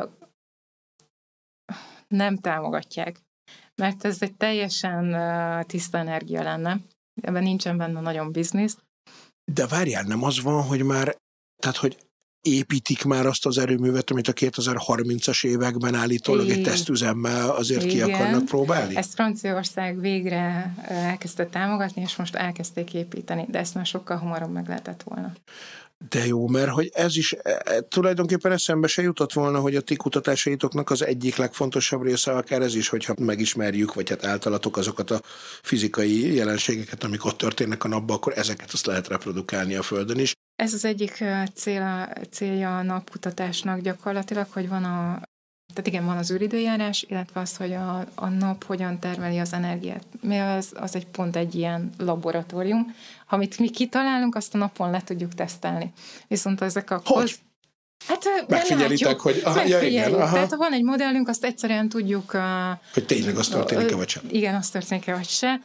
nem támogatják, mert ez egy teljesen tiszta energia lenne. Ebben nincsen benne nagyon biznisz. De várjál, nem az van, hogy már, tehát hogy építik már azt az erőművet, amit a kétezer-harmincas években állítólag egy tesztüzemmel azért Igen. ki akarnak próbálni? Ezt Franciaország végre elkezdte támogatni, és most elkezdték építeni, de ezt már sokkal hamarabb meg lehetett volna. De jó, mert hogy ez is e, tulajdonképpen eszembe se jutott volna, hogy a ti kutatásaitoknak az egyik legfontosabb része akár ez is, hogyha megismerjük, vagy hát általatok azokat a fizikai jelenségeket, amik ott történnek a napban, akkor ezeket azt lehet reprodukálni a Földön is. Ez az egyik célja, célja a napkutatásnak gyakorlatilag, hogy van a Tehát igen, van az űridőjárás, illetve az, hogy a, a nap hogyan termeli az energiát. Mi az, az egy pont egy ilyen laboratórium. Amit mi kitalálunk, azt a napon le tudjuk tesztelni. Viszont ezek a... Hogy? Hát megfigyelitek, hogy... Aha, ja, igen, aha. Tehát ha van egy modellünk, azt egyszerűen tudjuk... Hogy tényleg az történik-e, vagy sem? Igen, az történik-e, vagy se.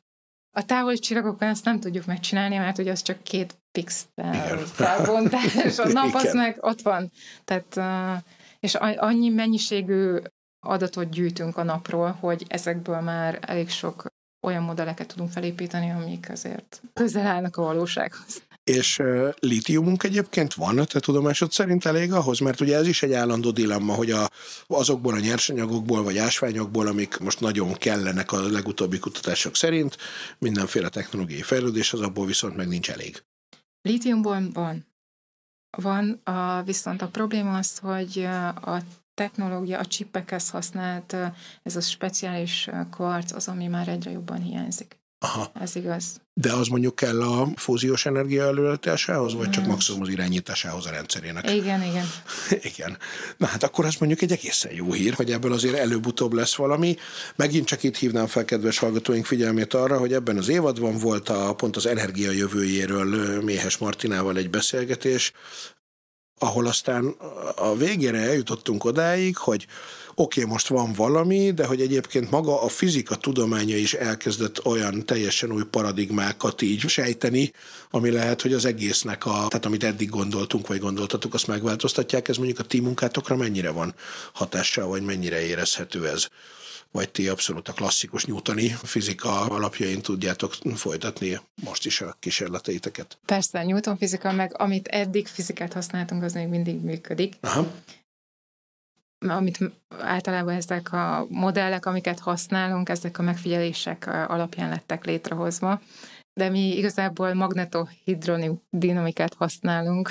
A távoli csillagokon ezt nem tudjuk megcsinálni, mert ugye az csak két pixel felbontás. A nap az meg ott van. Tehát... És annyi mennyiségű adatot gyűjtünk a napról, hogy ezekből már elég sok olyan modelleket tudunk felépíteni, amik azért közel állnak a valósághoz. És uh, lítiumunk egyébként van a te tudomásod szerint elég ahhoz? Mert ugye ez is egy állandó dilemma, hogy a, azokból a nyersanyagokból vagy ásványokból, amik most nagyon kellenek a legutóbbi kutatások szerint, mindenféle technológiai fejlődés, az abból viszont meg nincs elég. Lítiumból van. Van, a, viszont a probléma az, hogy a technológia, a csippekhez használt ez a speciális kvarc az, ami már egyre jobban hiányzik. Aha. Ez igaz. De az mondjuk kell a fúziós energia előállításához, vagy csak maximum az irányításához a rendszerének? Igen, igen. Igen. Na hát akkor az mondjuk egy egészen jó hír, hogy ebből azért előbb-utóbb lesz valami. Megint csak itt hívnám fel kedves hallgatóink figyelmét arra, hogy ebben az évadban volt a, pont az energia jövőjéről Méhes Martinával egy beszélgetés, ahol aztán a végére eljutottunk odáig, hogy oké, okay, most van valami, de hogy egyébként maga a fizika tudománya is elkezdett olyan teljesen új paradigmákat így sejteni, ami lehet, hogy az egésznek a, tehát amit eddig gondoltunk, vagy gondoltatok, azt megváltoztatják. Ez mondjuk a ti munkátokra mennyire van hatással, vagy mennyire érezhető ez? Vagy ti abszolút a klasszikus newtoni fizika alapjain tudjátok folytatni most is a kísérleteiteket? Persze, a Newton fizika, meg amit eddig fizikát használtunk, az még mindig működik. Aha. amit általában ezek a modellek, amiket használunk, ezek a megfigyelések alapján lettek létrehozva, de mi igazából magnetohidrodinamikát használunk.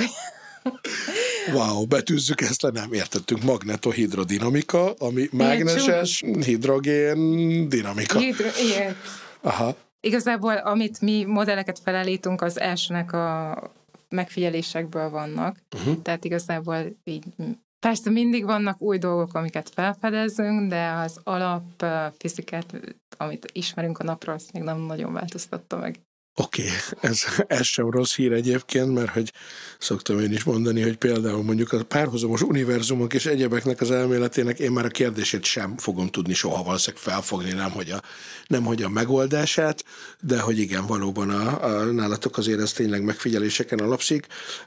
Wow, betűzzük ezt le, nem értettünk. Magnetohidrodinamika, ami mágneses hidrogén dinamika. Hidro- igen. Aha. Igazából, amit mi modelleket felállítunk, az elsőnek a megfigyelésekből vannak. Uh-huh. Tehát igazából így, persze mindig vannak új dolgok, amiket felfedezünk, de az alapfizikát, amit ismerünk a napról, azt még nem nagyon változtatta meg. Oké, okay. ez, ez sem rossz hír egyébként, mert hogy szoktam én is mondani, hogy például mondjuk a párhuzamos univerzumok és egyebeknek az elméletének én már a kérdését sem fogom tudni soha valószínűleg felfogni, nem hogy a, nem, hogy a megoldását, de hogy igen, valóban a, a, nálatok azért ez tényleg megfigyeléseken alapszik.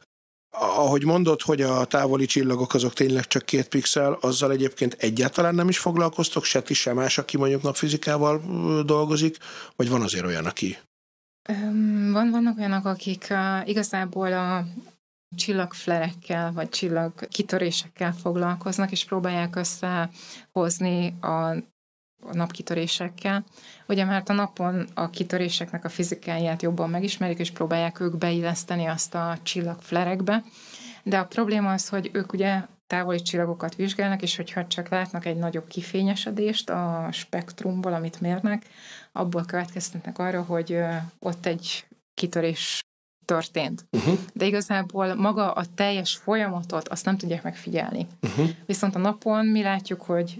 Ahogy mondod, hogy a távoli csillagok azok tényleg csak két pixel, azzal egyébként egyáltalán nem is foglalkoztok, se ti, se más, aki mondjuk napfizikával dolgozik, vagy van azért olyan, aki... Van, vannak olyanok, akik uh, igazából a csillagflerekkel, vagy csillagkitörésekkel foglalkoznak, és próbálják összehozni a, a napkitörésekkel. Ugye mert a napon a kitöréseknek a fizikáját jobban megismerik, és próbálják ők beilleszteni azt a csillagflerekbe. De a probléma az, hogy ők ugye távoli csillagokat vizsgálnak, és hogyha csak látnak egy nagyobb kifényesedést a spektrumból, amit mérnek, abból következtetnek arra, hogy ott egy kitörés történt. Uh-huh. De igazából maga a teljes folyamatot azt nem tudják megfigyelni. Uh-huh. Viszont a napon mi látjuk, hogy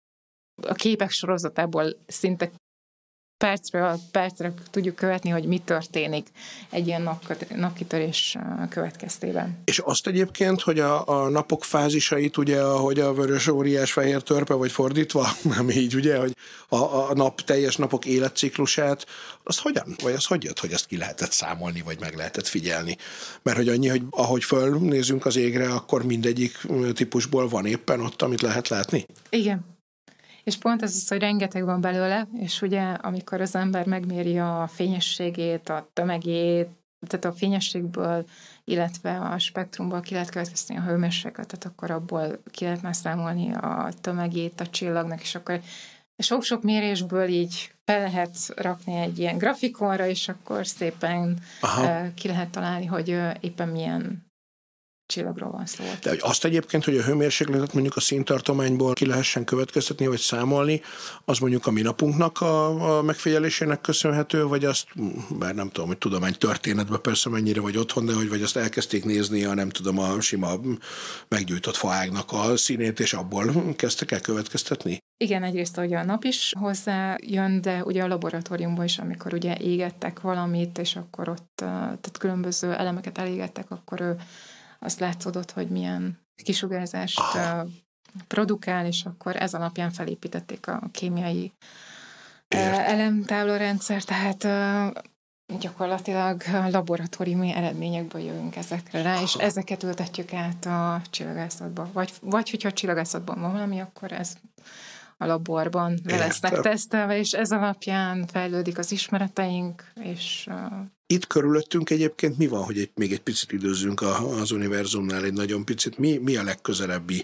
a képek sorozatából szinte percről percre tudjuk követni, hogy mi történik egy ilyen nap, napkitörés következtében. És azt egyébként, hogy a, a napok fázisait, ugye, ahogy a vörös óriás fehér törpe, vagy fordítva, nem így, ugye, hogy a, a nap, teljes napok életciklusát, azt hogyan? Vagy az hogy jött, hogy ezt ki lehetett számolni, vagy meg lehetett figyelni? Mert hogy annyi, hogy ahogy fölnézünk az égre, akkor mindegyik típusból van éppen ott, amit lehet látni? Igen. És pont ez az, hogy rengeteg van belőle, és ugye amikor az ember megméri a fényességét, a tömegét, tehát a fényességből, illetve a spektrumból ki lehet következteni a hőmérsékletet, akkor abból ki lehet már számolni a tömegét a csillagnak, és akkor sok-sok mérésből így fel lehet rakni egy ilyen grafikonra, és akkor szépen Aha. ki lehet találni, hogy éppen milyen csillagról van szó. De azt egyébként, hogy a hőmérsékletet mondjuk a színtartományból ki lehessen következtetni, vagy számolni, az mondjuk a mi napunknak a, a megfigyelésének köszönhető, vagy azt, bár nem tudom, hogy tudománytörténetben persze mennyire vagy otthon, de hogy vagy azt elkezdték nézni a nem tudom, a sima meggyújtott faágnak a színét, és abból kezdtek el következtetni? Igen, egyrészt ugye a nap is hozzájön, de ugye a laboratóriumban is, amikor ugye égettek valamit, és akkor ott tehát különböző elemeket elégettek, akkor ő azt látszódott, hogy milyen kisugárzást ah. produkál, és akkor ez alapján felépítették a kémiai Ért. elemtáblarendszer, tehát gyakorlatilag laboratóriumi eredményekből jövünk ezekre rá, és ezeket ültetjük át a csillagászatba. Vagy, vagy hogyha a csillagászatban van valami, akkor ez a laborban le lesznek tesztelve, és ez alapján fejlődik az ismereteink, és... Itt körülöttünk egyébként mi van, hogy egy, még egy picit időzzünk az univerzumnál, egy nagyon picit. Mi, mi a legközelebbi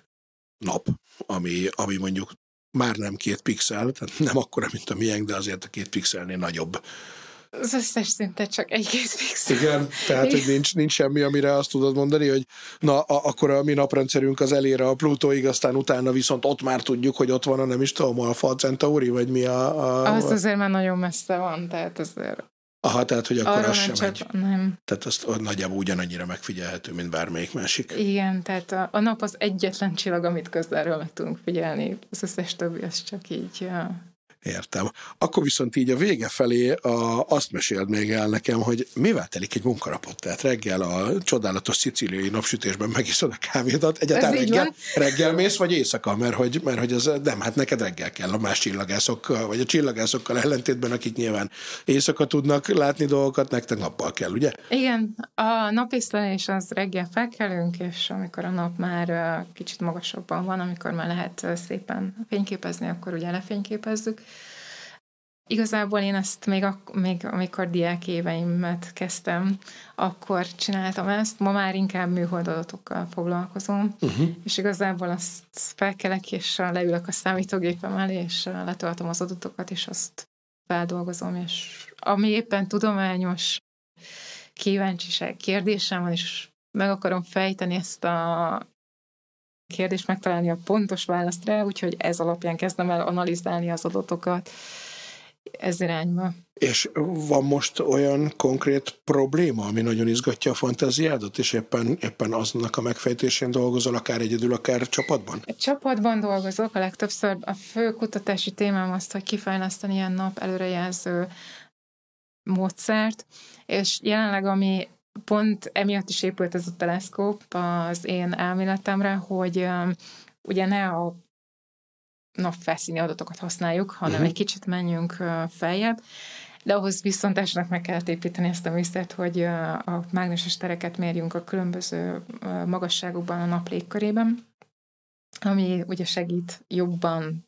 nap, ami, ami mondjuk már nem két pixel, tehát nem akkora, mint a miénk, de azért a két pixelnél nagyobb. Az összes szinte csak egy-két pixel. Igen, tehát hogy nincs, nincs semmi, amire azt tudod mondani, hogy na, a, akkor a mi naprendszerünk az elér a Plutóig, aztán utána viszont ott már tudjuk, hogy ott van a nem is tudom, Alpha Centauri, vagy mi a... a az azért már nagyon messze van, tehát azért... Aha, tehát, hogy akkor arra az sem csak, egy. Nem. Tehát azt nagyjából ugyanannyira megfigyelhető, mint bármelyik másik. Igen, tehát a, a nap az egyetlen csillag, amit közelről meg tudunk figyelni. Az összes többi, az csak így... Ja. Értem. Akkor viszont így a vége felé a, azt meséld még el nekem, hogy mivel telik egy munkanapot? Tehát reggel a csodálatos szicíliai napsütésben megiszod a kávédat, egyáltalán reggel, reggel mész, vagy éjszaka? Mert hogy, mert hogy az, nem, hát neked reggel kell a más csillagászokkal, vagy a csillagászokkal ellentétben, akik nyilván éjszaka tudnak látni dolgokat, nektek nappal kell, ugye? Igen, a napisztelés az reggel felkelünk, és amikor a nap már kicsit magasabban van, amikor már lehet szépen fényképezni, akkor ugye lefényképezzük. Igazából én ezt még, ak- még amikor diák éveimet kezdtem, akkor csináltam ezt. Ma már inkább műholdadatokkal foglalkozom, uh-huh. és igazából azt felkelek, és leülök a számítógépem elé, és letöltöm az adatokat, és azt feldolgozom, és ami éppen tudományos kíváncsiság, kérdésem van, és meg akarom fejteni ezt a kérdést, megtalálni a pontos választ rá, úgyhogy ez alapján kezdem el analizálni az adatokat ez irányba. És van most olyan konkrét probléma, ami nagyon izgatja a fantáziádat, és éppen, éppen aznak a megfejtésén dolgozol, akár egyedül, akár csapatban? Egy csapatban dolgozok, a legtöbbször a fő kutatási témám az, hogy kifejleszteni ilyen nap előrejelző módszert, és jelenleg ami pont emiatt is épült ez a teleszkóp az én elméletemre, hogy um, ugye ne a napfelszíni adatokat használjuk, hanem uh-huh. egy kicsit menjünk uh, feljebb, de ahhoz viszontásnak meg kellett építeni ezt a műszert, hogy uh, a mágneses tereket mérjünk a különböző uh, magasságokban a nap légkörében, ami ugye segít jobban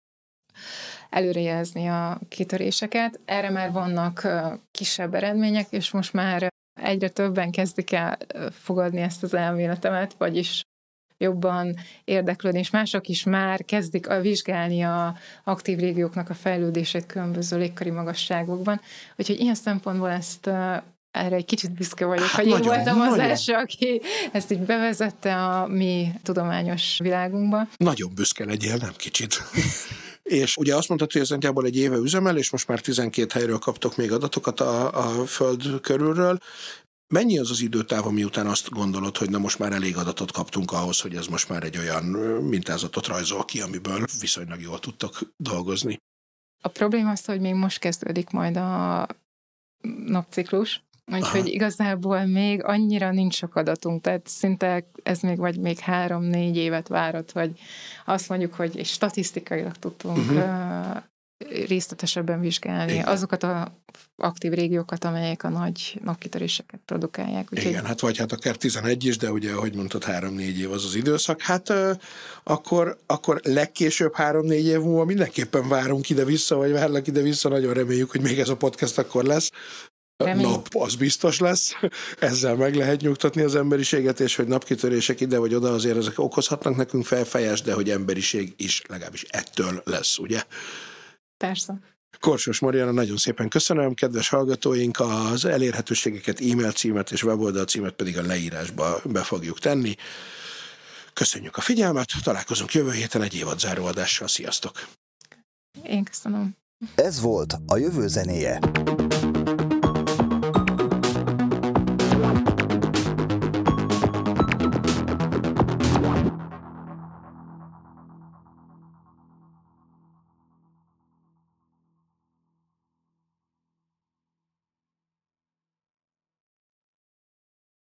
előrejelzni a kitöréseket. Erre már vannak uh, kisebb eredmények, és most már egyre többen kezdik el fogadni ezt az elméletemet, vagyis jobban érdeklődni, és mások is már kezdik vizsgálni a aktív régióknak a fejlődését különböző légköri magasságokban. Úgyhogy ilyen szempontból ezt erre egy kicsit büszke vagyok, hát hogy nagyon, én voltam nagyon. Az első, aki ezt így bevezette a mi tudományos világunkba. Nagyon büszke legyél, nem kicsit. És ugye azt mondtad, hogy ez nagyjából egy éve üzemel, és most már tizenkét helyről kaptok még adatokat a, a Föld körülről. Mennyi az az időtáv, miután azt gondolod, hogy na most már elég adatot kaptunk ahhoz, hogy ez most már egy olyan mintázatot rajzol ki, amiből viszonylag jól tudtok dolgozni? A probléma az, hogy még most kezdődik majd a napciklus, úgyhogy igazából még annyira nincs sok adatunk, tehát szinte ez még vagy még három-négy évet várat, hogy azt mondjuk, hogy és statisztikailag tudtunk uh-huh. részletesebben vizsgálni igen. azokat az aktív régiókat, amelyek a nagy napkitöréseket produkálják. Úgyhogy... Igen, hát vagy hát akár tizenegy is, de ugye, ahogy mondtad, három-négy év az az időszak. Hát euh, akkor, akkor legkésőbb három-négy év múlva mindenképpen várunk ide-vissza, vagy várlak ide-vissza, nagyon reméljük, hogy még ez a podcast akkor lesz. Remény. Nap az biztos lesz, ezzel meg lehet nyugtatni az emberiséget, és hogy napkitörések ide vagy oda azért ezek okozhatnak nekünk felfejes, de hogy emberiség is legalábbis ettől lesz, ugye? Persze. Korsós Marianna, nagyon szépen köszönöm, kedves hallgatóink, az elérhetőségeket, e-mail címet és weboldal címet pedig a leírásba be fogjuk tenni. Köszönjük a figyelmet, találkozunk jövő héten egy évadzáró adással, sziasztok! Én köszönöm. Ez volt a Jövő zenéje.